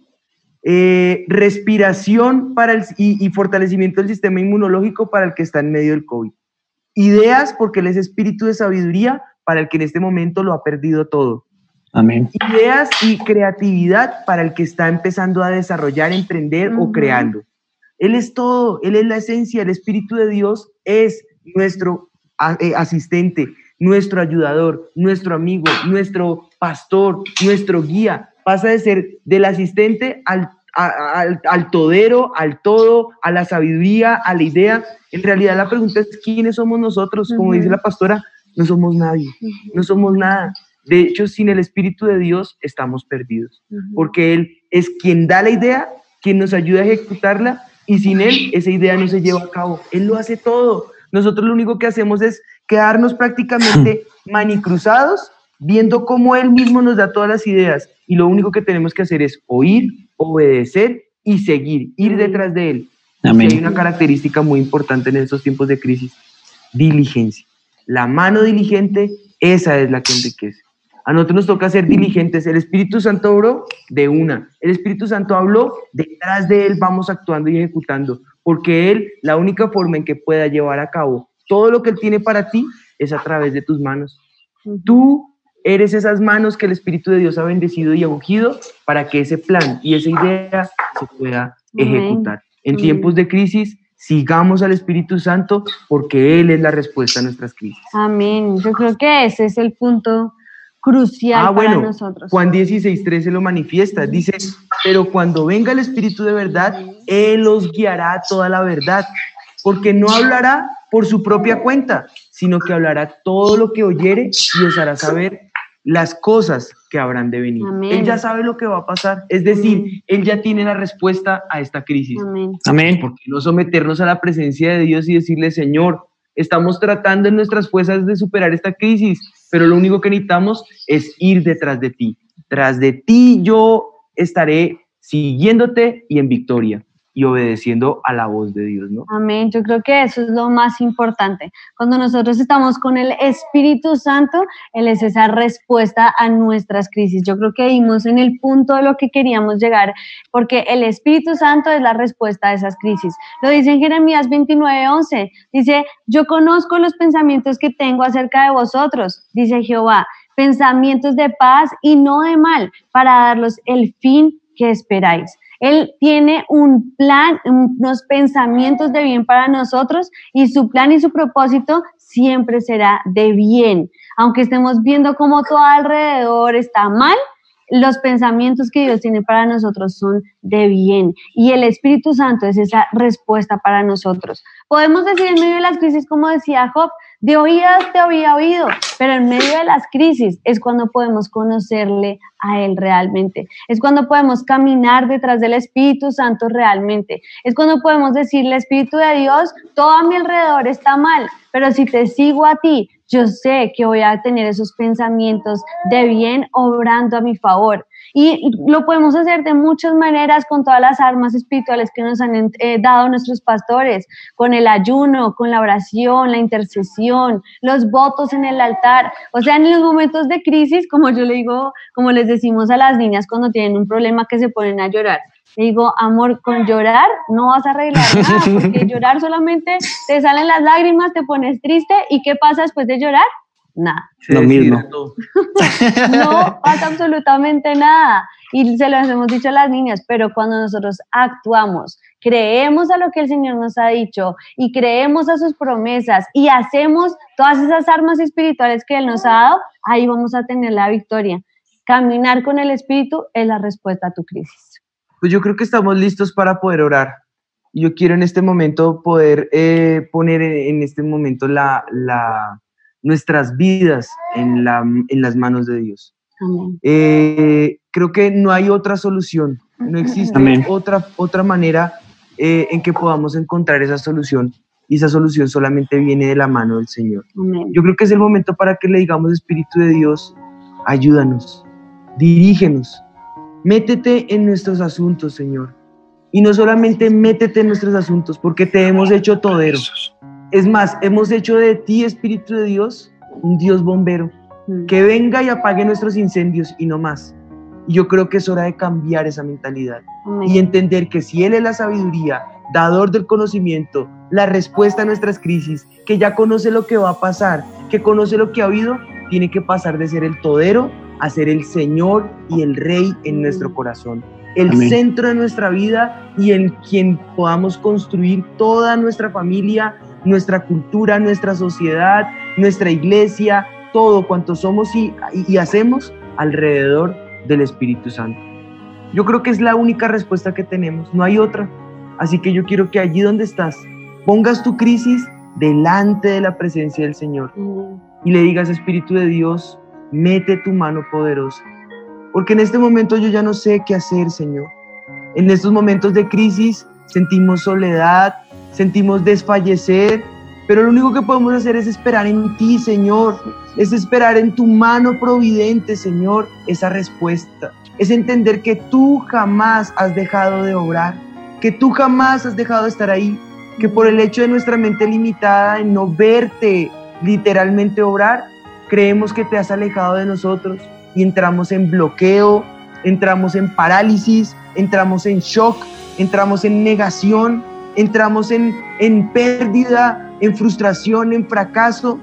Speaker 3: Respiración y fortalecimiento del sistema inmunológico para el que está en medio del COVID. Ideas, porque Él es espíritu de sabiduría para el que en este momento lo ha perdido todo.
Speaker 7: Amén.
Speaker 3: Ideas y creatividad para el que está empezando a desarrollar, emprender o creando. Él es todo, Él es la esencia. El Espíritu de Dios es nuestro asistente, nuestro ayudador, nuestro amigo, nuestro pastor, nuestro guía. Pasa de ser del asistente al todero, al todo, a la sabiduría, a la idea. En realidad la pregunta es ¿quiénes somos nosotros? Como dice la pastora, no somos nadie, no somos nada. De hecho, sin el Espíritu de Dios estamos perdidos, porque Él es quien da la idea, quien nos ayuda a ejecutarla, y sin Él esa idea no se lleva a cabo. Él lo hace todo. Nosotros lo único que hacemos es quedarnos prácticamente manicruzados, viendo cómo Él mismo nos da todas las ideas, y lo único que tenemos que hacer es oír, obedecer y seguir, ir detrás de Él.
Speaker 7: Amén.
Speaker 3: Y hay una característica muy importante en estos tiempos de crisis: diligencia. La mano diligente, esa es la que enriquece. A nosotros nos toca ser diligentes. El Espíritu Santo obró de una. El Espíritu Santo habló, detrás de Él vamos actuando y ejecutando, porque Él, la única forma en que pueda llevar a cabo todo lo que Él tiene para ti es a través de tus manos. Tú eres esas manos que el Espíritu de Dios ha bendecido y ha ungido para que ese plan y esa idea se pueda ejecutar. En tiempos de crisis, sigamos al Espíritu Santo, porque Él es la respuesta a nuestras crisis.
Speaker 5: Amén. Yo creo que ese es el punto crucial para nosotros.
Speaker 3: Juan 16:13 lo manifiesta. Dice, pero cuando venga el Espíritu de verdad, Él os guiará a toda la verdad, porque no hablará por su propia cuenta, sino que hablará todo lo que oyere y os hará saber las cosas que habrán de venir.
Speaker 5: Amén.
Speaker 3: Él ya sabe lo que va a pasar, es decir, Él ya tiene la respuesta a esta crisis.
Speaker 5: Amén.
Speaker 7: Amén.
Speaker 3: ¿Por qué no someternos a la presencia de Dios y decirle, Señor, estamos tratando en nuestras fuerzas de superar esta crisis, pero lo único que necesitamos es ir detrás de ti. Tras de ti yo estaré siguiéndote y en victoria, y obedeciendo a la voz de Dios, ¿no?
Speaker 5: Amén. Yo creo que eso es lo más importante. Cuando nosotros estamos con el Espíritu Santo, Él es esa respuesta a nuestras crisis. Yo creo que dimos en el punto de lo que queríamos llegar, porque el Espíritu Santo es la respuesta a esas crisis. Lo dice en Jeremías 29:11. Dice, yo conozco los pensamientos que tengo acerca de vosotros, dice Jehová, pensamientos de paz y no de mal, para darlos el fin que esperáis. Él tiene un plan, unos pensamientos de bien para nosotros, y su plan y su propósito siempre será de bien. Aunque estemos viendo cómo todo alrededor está mal, los pensamientos que Dios tiene para nosotros son de bien. Y el Espíritu Santo es esa respuesta para nosotros. Podemos decir en medio de las crisis, como decía Job, de oídas te había oído, pero en medio de las crisis es cuando podemos conocerle a Él realmente. Es cuando podemos caminar detrás del Espíritu Santo realmente. Es cuando podemos decirle, Espíritu de Dios, todo a mi alrededor está mal, pero si te sigo a ti, yo sé que voy a tener esos pensamientos de bien obrando a mi favor. Y lo podemos hacer de muchas maneras con todas las armas espirituales que nos han dado nuestros pastores, con el ayuno, con la oración, la intercesión, los votos en el altar. O sea, en los momentos de crisis, como yo le digo, como les decimos a las niñas cuando tienen un problema que se ponen a llorar. Le digo, amor, con llorar no vas a arreglar nada, porque llorar solamente te salen las lágrimas, te pones triste, ¿y qué pasa después de llorar? Nada.
Speaker 7: Lo mismo.
Speaker 5: No pasa absolutamente nada. Y se lo hemos dicho a las niñas, pero cuando nosotros actuamos, creemos a lo que el Señor nos ha dicho y creemos a sus promesas y hacemos todas esas armas espirituales que Él nos ha dado, ahí vamos a tener la victoria. Caminar con el Espíritu es la respuesta a tu crisis.
Speaker 3: Pues yo creo que estamos listos para poder orar. Yo quiero en este momento poder poner en este momento nuestras vidas en las manos de Dios.
Speaker 5: Amén.
Speaker 3: Creo que no hay otra solución, no existe otra manera en que podamos encontrar esa solución, y esa solución solamente viene de la mano del Señor.
Speaker 5: Amén.
Speaker 3: Yo creo que es el momento para que le digamos, Espíritu de Dios, ayúdanos, dirígenos, métete en nuestros asuntos, Señor, y no solamente métete en nuestros asuntos, porque te hemos hecho toderos. Es más, hemos hecho de ti, Espíritu de Dios, un Dios bombero, que venga y apague nuestros incendios y no más. Y yo creo que es hora de cambiar esa mentalidad. Amén. Y entender que si Él es la sabiduría, dador del conocimiento, la respuesta a nuestras crisis, que ya conoce lo que va a pasar, que conoce lo que ha habido, tiene que pasar de ser el todero a ser el Señor y el Rey en nuestro corazón. El Amén. Centro de nuestra vida, y en quien podamos construir toda nuestra familia, nuestra cultura, nuestra sociedad, nuestra iglesia, todo cuanto somos y hacemos alrededor del Espíritu Santo. Yo creo que es la única respuesta que tenemos, no hay otra. Así que yo quiero que allí donde estás, pongas tu crisis delante de la presencia del Señor y le digas: Espíritu de Dios, mete tu mano poderosa. Porque en este momento yo ya no sé qué hacer, Señor. En estos momentos de crisis sentimos soledad, sentimos desfallecer, pero lo único que podemos hacer es esperar en ti, Señor. Es esperar en tu mano providente, Señor, esa respuesta. Es entender que tú jamás has dejado de obrar, que tú jamás has dejado de estar ahí, que por el hecho de nuestra mente limitada en no verte literalmente obrar, creemos que te has alejado de nosotros y entramos en bloqueo, entramos en parálisis, entramos en shock, entramos en negación, entramos en pérdida, en frustración, en fracaso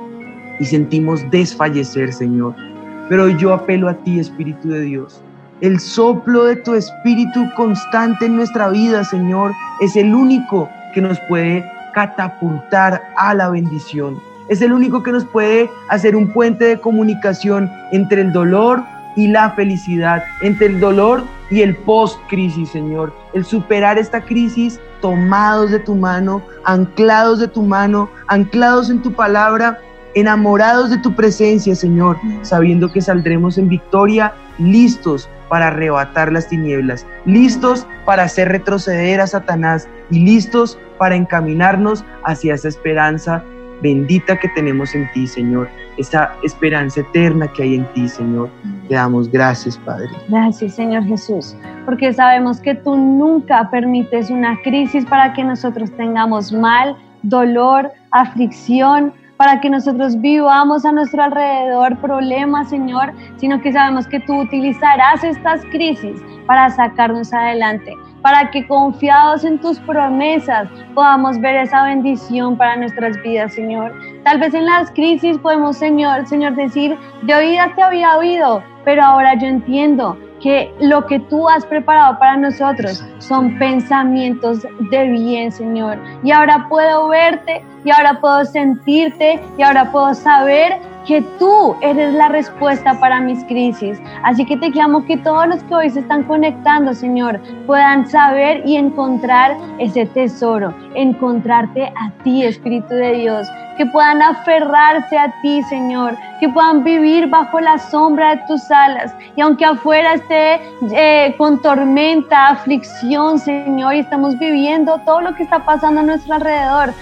Speaker 3: y sentimos desfallecer, Señor. Pero yo apelo a ti, Espíritu de Dios. El soplo de tu Espíritu constante en nuestra vida, Señor, es el único que nos puede catapultar a la bendición. Es el único que nos puede hacer un puente de comunicación entre el dolor y la felicidad, entre el dolor y el post-crisis, Señor. El superar esta crisis tomados de tu mano, anclados de tu mano, anclados en tu palabra, enamorados de tu presencia, Señor, sabiendo que saldremos en victoria, listos para arrebatar las tinieblas, listos para hacer retroceder a Satanás y listos para encaminarnos hacia esa esperanza bendita que tenemos en ti, Señor, esa esperanza eterna que hay en ti, Señor. Te damos gracias, Padre.
Speaker 5: Gracias, Señor Jesús, porque sabemos que tú nunca permites una crisis para que nosotros tengamos mal, dolor, aflicción, para que nosotros vivamos a nuestro alrededor problemas, Señor, sino que sabemos que tú utilizarás estas crisis para sacarnos adelante, para que confiados en tus promesas podamos ver esa bendición para nuestras vidas, Señor. Tal vez en las crisis podemos, Señor, decir: de oídas te había oído, pero ahora yo entiendo que lo que tú has preparado para nosotros son pensamientos de bien, Señor. Y ahora puedo verte, y ahora puedo sentirte, y ahora puedo saber que tú eres la respuesta para mis crisis. Así que te clamo que todos los que hoy se están conectando, Señor, puedan saber y encontrar ese tesoro, encontrarte a ti, Espíritu de Dios, que puedan aferrarse a ti, Señor, que puedan vivir bajo la sombra de tus alas. Y aunque afuera esté con tormenta, aflicción, Señor, y estamos viviendo todo lo que está pasando a nuestro alrededor,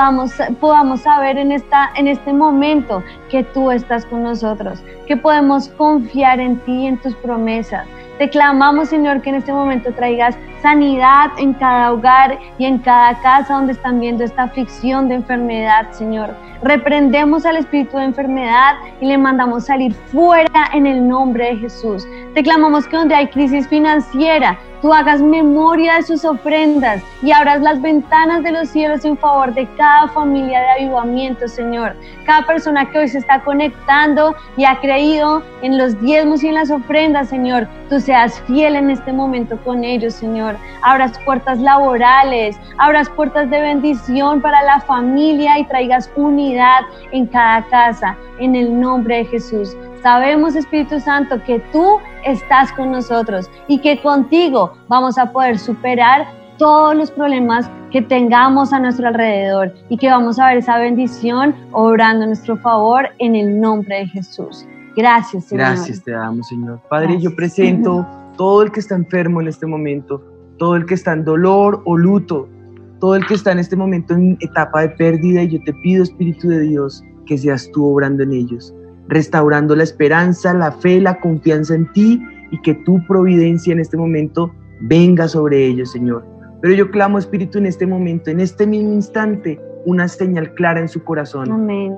Speaker 5: podamos saber en este momento que tú estás con nosotros, que podemos confiar en ti y en tus promesas. Te clamamos, Señor, que en este momento traigas sanidad en cada hogar y en cada casa donde están viendo esta aflicción de enfermedad, Señor. Reprendemos al espíritu de enfermedad y le mandamos salir fuera en el nombre de Jesús. Te clamamos que donde hay crisis financiera, tú hagas memoria de sus ofrendas y abras las ventanas de los cielos en favor de cada familia de avivamiento, Señor. Cada persona que hoy se está conectando y ha creído en los diezmos y en las ofrendas, Señor, tú seas fiel en este momento con ellos, Señor. Abras puertas laborales, abras puertas de bendición para la familia y traigas unidad en cada casa, en el nombre de Jesús. Sabemos, Espíritu Santo, que tú estás con nosotros y que contigo vamos a poder superar todos los problemas que tengamos a nuestro alrededor y que vamos a ver esa bendición obrando a nuestro favor en el nombre de Jesús. Gracias, Señor.
Speaker 3: Gracias te damos, Señor. Padre,
Speaker 5: Gracias.
Speaker 3: Yo presento todo el que está enfermo en este momento, todo el que está en dolor o luto, todo el que está en este momento en etapa de pérdida, y yo te pido, Espíritu de Dios, que seas tú obrando en ellos, restaurando la esperanza, la fe, la confianza en ti, y que tu providencia en este momento venga sobre ellos, Señor. Pero yo clamo, Espíritu, en este momento, en este mismo instante, una señal clara en su corazón.
Speaker 5: Amén.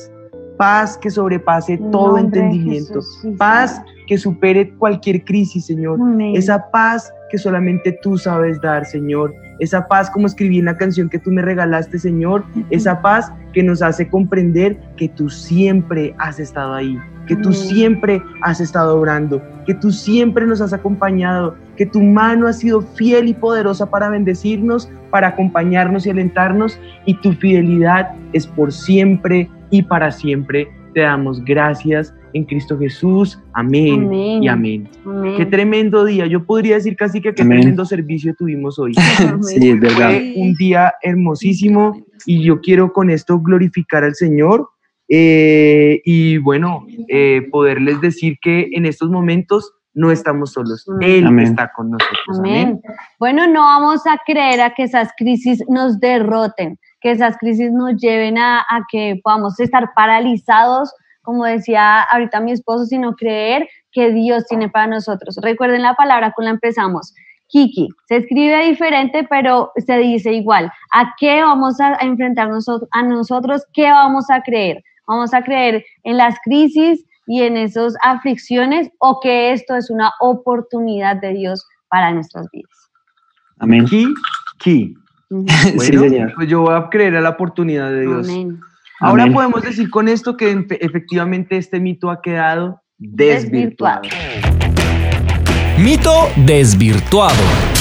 Speaker 3: Paz que sobrepase todo entendimiento,
Speaker 5: Jesús,
Speaker 3: paz que supere cualquier crisis, Señor.
Speaker 5: Amén.
Speaker 3: Esa paz que solamente tú sabes dar, Señor. Esa paz, como escribí en la canción que tú me regalaste, Señor. Esa paz que nos hace comprender que tú siempre has estado ahí, que tú siempre has estado obrando, que tú siempre nos has acompañado, que tu mano ha sido fiel y poderosa para bendecirnos, para acompañarnos y alentarnos, y tu fidelidad es por siempre y para siempre. te damos gracias en Cristo Jesús. Amén,
Speaker 5: Amén.
Speaker 3: y amén.
Speaker 5: Amén.
Speaker 3: Qué tremendo día. Yo podría decir casi que qué
Speaker 7: Amén.
Speaker 3: tremendo servicio tuvimos hoy.
Speaker 7: Sí, es verdad.
Speaker 3: Fue un día hermosísimo y yo quiero con esto glorificar al Señor y bueno, poderles decir que en estos momentos no estamos solos. Él
Speaker 7: Amén.
Speaker 3: está con nosotros.
Speaker 5: Amén. Bueno, no vamos a creer a que esas crisis nos derroten, que esas crisis nos lleven a que podamos estar paralizados, como decía ahorita mi esposo, sino creer que Dios tiene para nosotros. Recuerden la palabra con la empezamos. Kiki, se escribe diferente, pero se dice igual. ¿A qué vamos a enfrentarnos a nosotros? ¿Qué vamos a creer? ¿Vamos a creer en las crisis y en esas aflicciones o que esto es una oportunidad de Dios para nuestras vidas?
Speaker 7: Amén.
Speaker 3: Ki.
Speaker 5: Ujú.
Speaker 7: Sí,
Speaker 3: Bueno,
Speaker 7: señor.
Speaker 3: pues yo voy a creer a la oportunidad de Dios.
Speaker 5: Amén.
Speaker 3: Ahora
Speaker 7: Amén.
Speaker 3: podemos decir con esto que efectivamente este mito ha quedado desvirtuado.
Speaker 1: Mito desvirtuado.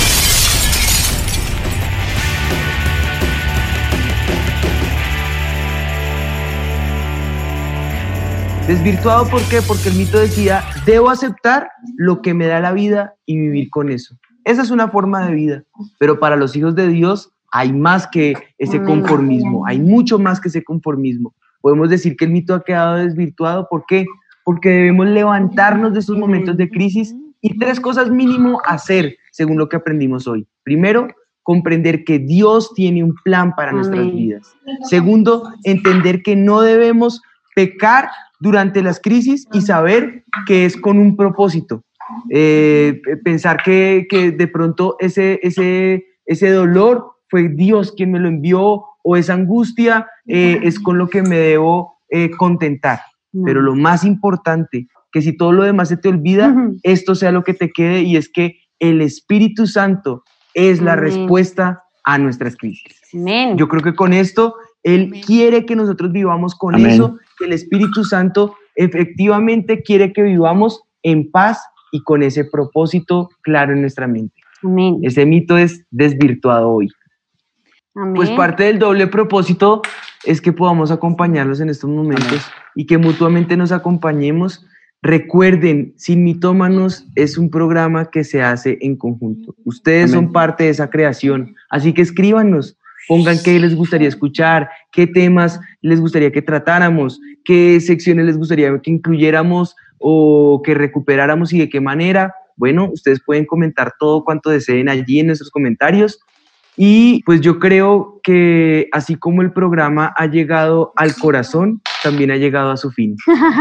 Speaker 3: Desvirtuado, ¿por qué? Porque el mito decía, debo aceptar lo que me da la vida y vivir con eso. Esa es una forma de vida, pero para los hijos de Dios hay más que ese conformismo, hay mucho más que ese conformismo. Podemos decir que el mito ha quedado desvirtuado, ¿por qué? Porque debemos levantarnos de estos momentos de crisis y 3 cosas mínimo hacer, según lo que aprendimos hoy. Primero, comprender que Dios tiene un plan para nuestras vidas. Segundo, entender que no debemos pecar durante las crisis y saber que es con un propósito. Pensar que de pronto ese dolor fue Dios quien me lo envió o esa angustia es con lo que me debo contentar. Pero lo más importante, que si todo lo demás se te olvida, esto sea lo que te quede y es que el Espíritu Santo es la respuesta a nuestras crisis.
Speaker 5: Amén.
Speaker 3: Yo creo que con esto Él quiere que nosotros vivamos con
Speaker 7: Amén.
Speaker 3: eso, que el Espíritu Santo efectivamente quiere que vivamos en paz y con ese propósito claro en nuestra mente.
Speaker 5: Amén.
Speaker 3: Ese mito es desvirtuado hoy.
Speaker 5: Amén.
Speaker 3: Pues parte del doble propósito es que podamos acompañarlos en estos momentos y que mutuamente nos acompañemos. Recuerden, Sin Mitómanos es un programa que se hace en conjunto. Ustedes
Speaker 7: Amén.
Speaker 3: son parte de esa creación, así que escríbanos, pongan qué les gustaría escuchar, qué temas les gustaría que tratáramos, qué secciones les gustaría que incluyéramos o que recuperáramos y de qué manera. Bueno, ustedes pueden comentar todo cuanto deseen allí en nuestros comentarios. Y pues yo creo que así como el programa ha llegado al corazón, también ha llegado a su fin.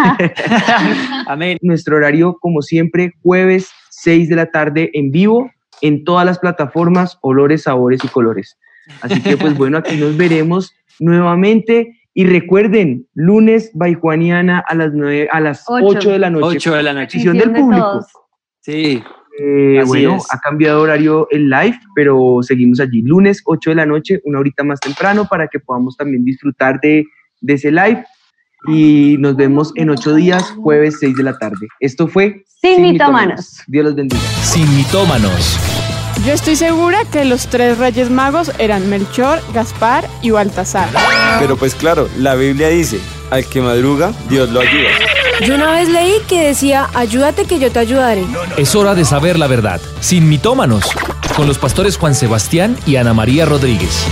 Speaker 7: Amén.
Speaker 3: Nuestro horario, como siempre, jueves 6 de la tarde en vivo, en todas las plataformas, olores, sabores y colores. Así que pues bueno, aquí nos veremos nuevamente. Y recuerden, lunes by Juan y Ana a las 8 de la noche.
Speaker 7: 8 de la noche.
Speaker 3: Petición del
Speaker 5: de
Speaker 3: público.
Speaker 5: todos.
Speaker 7: Sí. Así
Speaker 3: Bueno,
Speaker 7: es.
Speaker 3: ha cambiado horario el live, pero seguimos allí. Lunes, 8 de la noche, una horita más temprano para que podamos también disfrutar de ese live. Y nos vemos en 8 días, jueves 6 de la tarde. Esto fue
Speaker 5: Sin Mitómanos.
Speaker 3: Dios los bendiga.
Speaker 1: Sin Mitómanos.
Speaker 2: Yo estoy segura que los 3 Reyes Magos eran Melchor, Gaspar y Baltasar.
Speaker 8: Pero pues claro, la Biblia dice, al que madruga, Dios lo ayuda.
Speaker 4: Yo una vez leí que decía, ayúdate que yo te ayudaré.
Speaker 1: Es hora de saber la verdad. Sin Mitómanos. Con los pastores Juan Sebastián y Ana María Rodríguez.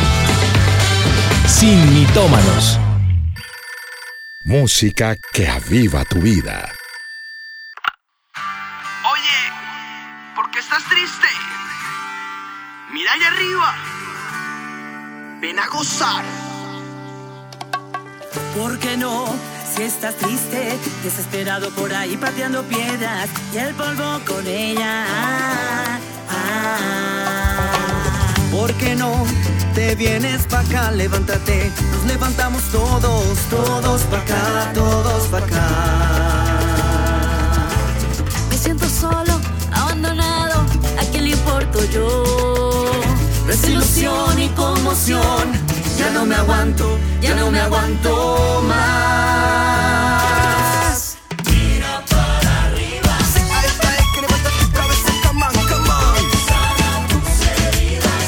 Speaker 1: Sin Mitómanos.
Speaker 9: Música que aviva tu vida.
Speaker 10: Oye, ¿por qué estás triste? Mira allá arriba. Ven a gozar.
Speaker 11: ¿Por qué no? Si estás triste, desesperado por ahí pateando piedras y el polvo con ella.
Speaker 10: ¿Por qué no? Te vienes pa' acá, levántate. Nos levantamos todos, todos pa' acá, todos pa' acá.
Speaker 11: Me siento solo, abandonado, ¿a quién le importo yo? Desilusión y conmoción, ya no me aguanto más. Mira para arriba.
Speaker 10: Ahí está, que levanta tu cabeza, come on, come on.
Speaker 11: Sana tus heridas.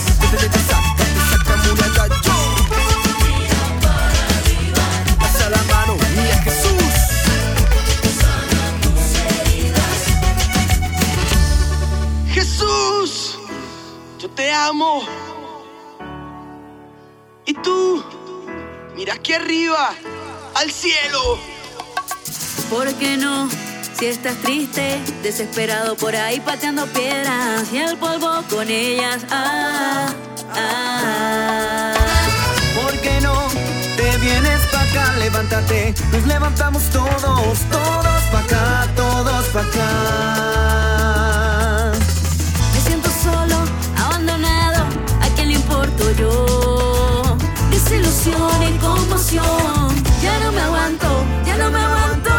Speaker 10: Saca muralla yo.
Speaker 11: Mira para arriba.
Speaker 10: Pasa la mano y es Jesús.
Speaker 12: te amo. Y tú, mira aquí arriba, al cielo.
Speaker 11: ¿Por qué no? Si estás triste, desesperado por ahí pateando piedras y el polvo con ellas.
Speaker 10: ¿Por qué no? Te vienes pa' acá, levántate. Nos levantamos todos, todos pa' acá, todos pa' acá.
Speaker 11: Me siento solo, abandonado, ¿a quién le importo yo? Desilusión y conmoción, ya no me aguanto, ya no me aguanto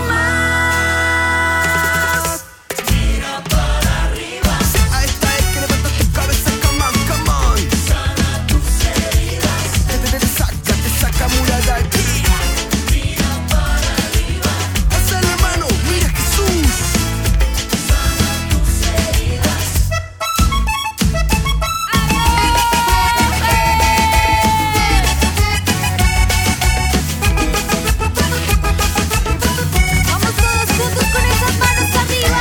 Speaker 11: más.
Speaker 12: Mira para arriba. Sí, ahí está el que levanta tu cabeza, come on, come on.
Speaker 11: Sana tus heridas.
Speaker 12: Te saca murada aquí.
Speaker 11: Mira para arriba.
Speaker 12: Alza la mano, mira Jesús.
Speaker 11: Sana tus heridas. Vamos todos juntos con esas manos arriba.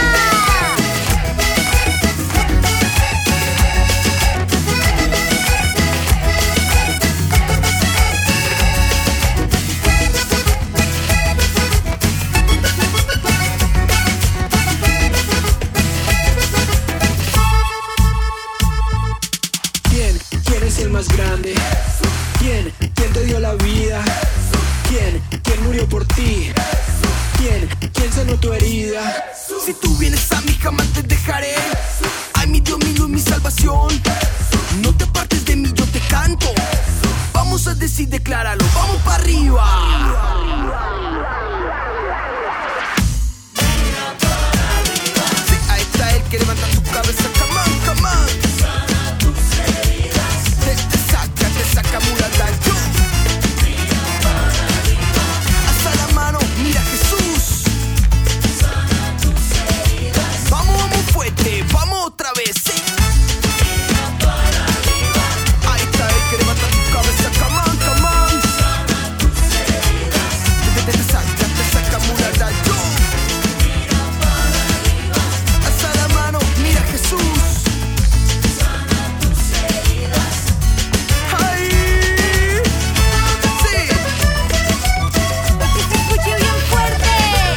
Speaker 12: ¿Quién es el más grande? ¿Quién te dio la vida? ¿Quién murió por ti? ¿Quién sanó tu herida? Si tú vienes a mí jamás te dejaré. Ay, mi Dios, mi luz, mi salvación. No te apartes de mí, yo te canto. Vamos a decir, decláralo, vamos para arriba. Sí, ahí está el que levanta tu cabeza, come on, come on.
Speaker 11: Sana tus heridas.
Speaker 12: Te saca murada yo.
Speaker 11: Mira para arriba.
Speaker 12: Alza la mano, mira Jesús.
Speaker 11: Sana tus heridas.
Speaker 12: Vamos fuerte, vamos otra vez, sí.
Speaker 11: Mira para arriba.
Speaker 12: Ahí está el que levanta tu cabeza, come on, come on.
Speaker 11: Sana tus heridas.
Speaker 12: Te saca murada yo.
Speaker 11: Mira para arriba.
Speaker 12: Alza la mano, mira Jesús.
Speaker 11: Sana tus heridas.
Speaker 12: Ay, sí.
Speaker 11: Que se escuche bien fuerte.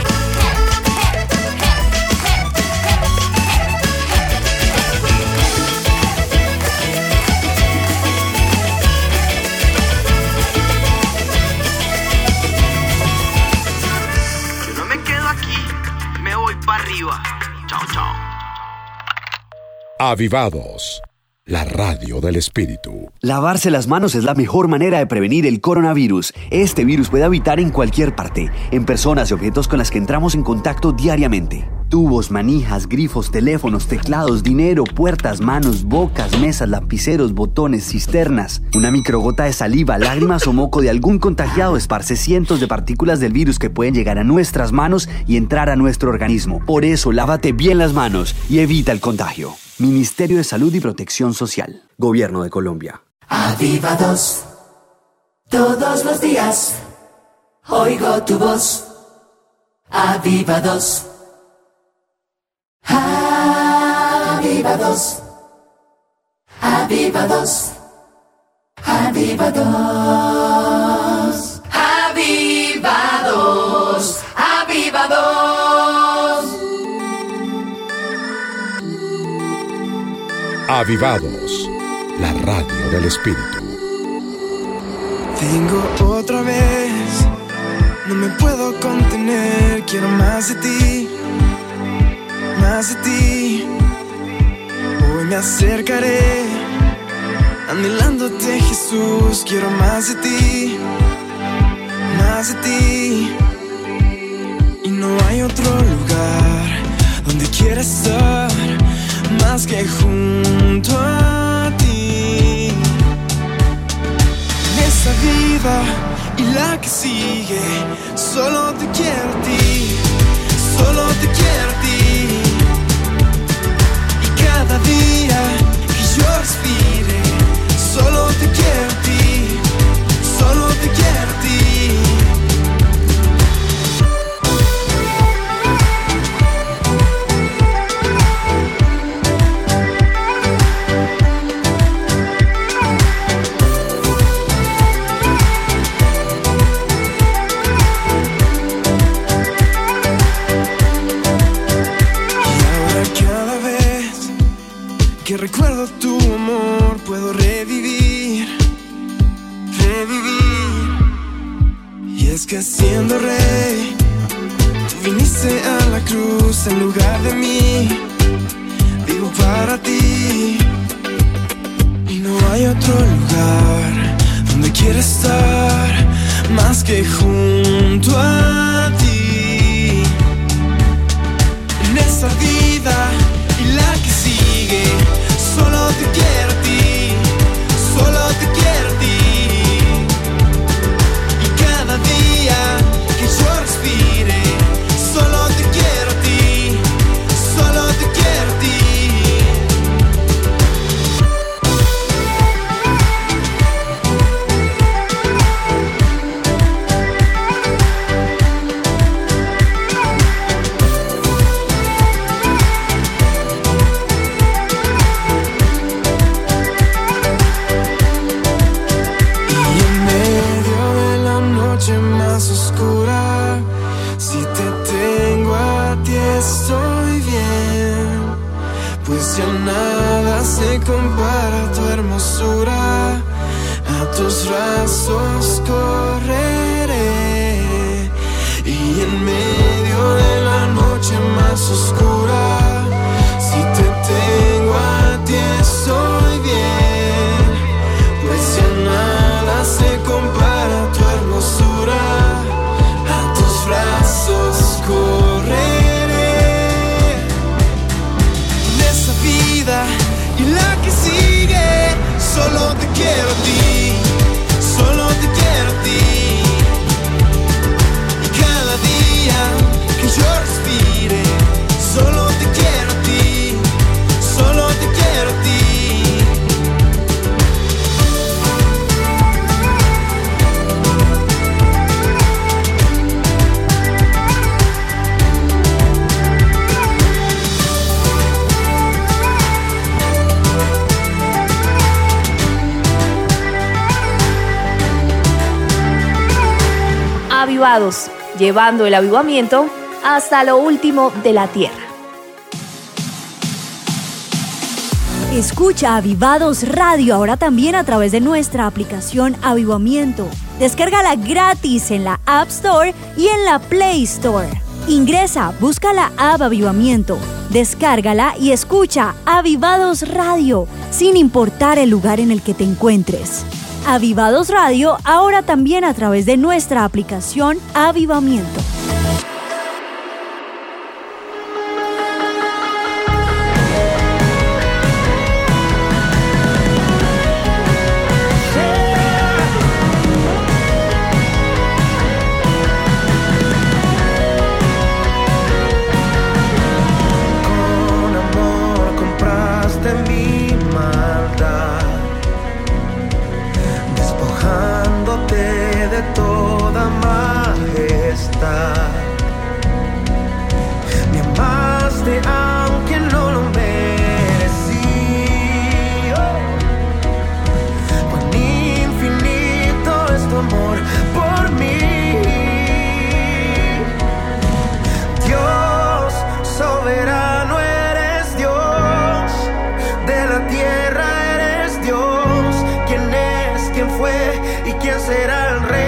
Speaker 12: Yo no me quedo aquí, me voy para arriba. Chao, chao.
Speaker 9: Avivados, la radio del espíritu.
Speaker 13: Lavarse las manos es la mejor manera de prevenir el coronavirus. Este virus puede habitar en cualquier parte, en personas y objetos con las que entramos en contacto diariamente. Tubos, manijas, grifos, teléfonos, teclados, dinero, puertas, manos, bocas, mesas, lapiceros, botones, cisternas. Una microgota de saliva, lágrimas o moco de algún contagiado esparce cientos de partículas del virus que pueden llegar a nuestras manos y entrar a nuestro organismo. Por eso, lávate bien las manos y evita el contagio. Ministerio de Salud y Protección Social. Gobierno de Colombia.
Speaker 14: Avivados, todos los días, oigo tu voz. Avivados, avivados, avivados, avivados, avivados, avivados.
Speaker 9: Avivados, la radio del espíritu.
Speaker 12: Vengo otra vez, no me puedo contener, quiero más de ti, más de ti. Hoy me acercaré, anhelándote Jesús, quiero más de ti, más de ti. Y no hay otro lugar donde quiera estar más que junto a ti. En esta vida y la que sigue, solo te quiero a ti, solo te quiero a ti. Y cada día que yo respire, solo te quiero a ti, solo te quiero a ti. que siendo rey, tú viniste a la cruz en lugar de mí. Vivo para ti y no hay otro lugar donde quiera estar más que junto a ti. En esta vida y la que sigue, solo te quiero a ti, solo te quiero a ti. Y cada día que yo respire, solo te quiero a ti, solo te quiero a ti. Más oscura, si te tengo a ti estoy bien, pues ya nada se compara a tu hermosura, a tus brazos correré, y en medio de la noche más oscura, si te tengo a ti estoy bien, pues ya nada se compara a tu hermosura, a tus brazos correré. En esta vida y la que sigue, solo te quiero a ti, solo te quiero a ti. Y cada día que yo respire, solo te quiero a ti, solo te quiero a ti.
Speaker 15: Avivados, llevando el avivamiento hasta lo último de la tierra.
Speaker 16: Escucha Avivados Radio ahora también a través de nuestra aplicación Avivamiento. Descárgala gratis en la App Store y en la Play Store. Ingresa, busca la app Avivamiento, descárgala y escucha Avivados Radio, sin importar el lugar en el que te encuentres. Avivados Radio ahora también a través de nuestra aplicación Avivamiento.
Speaker 12: ¿Quién fue y quién será el rey?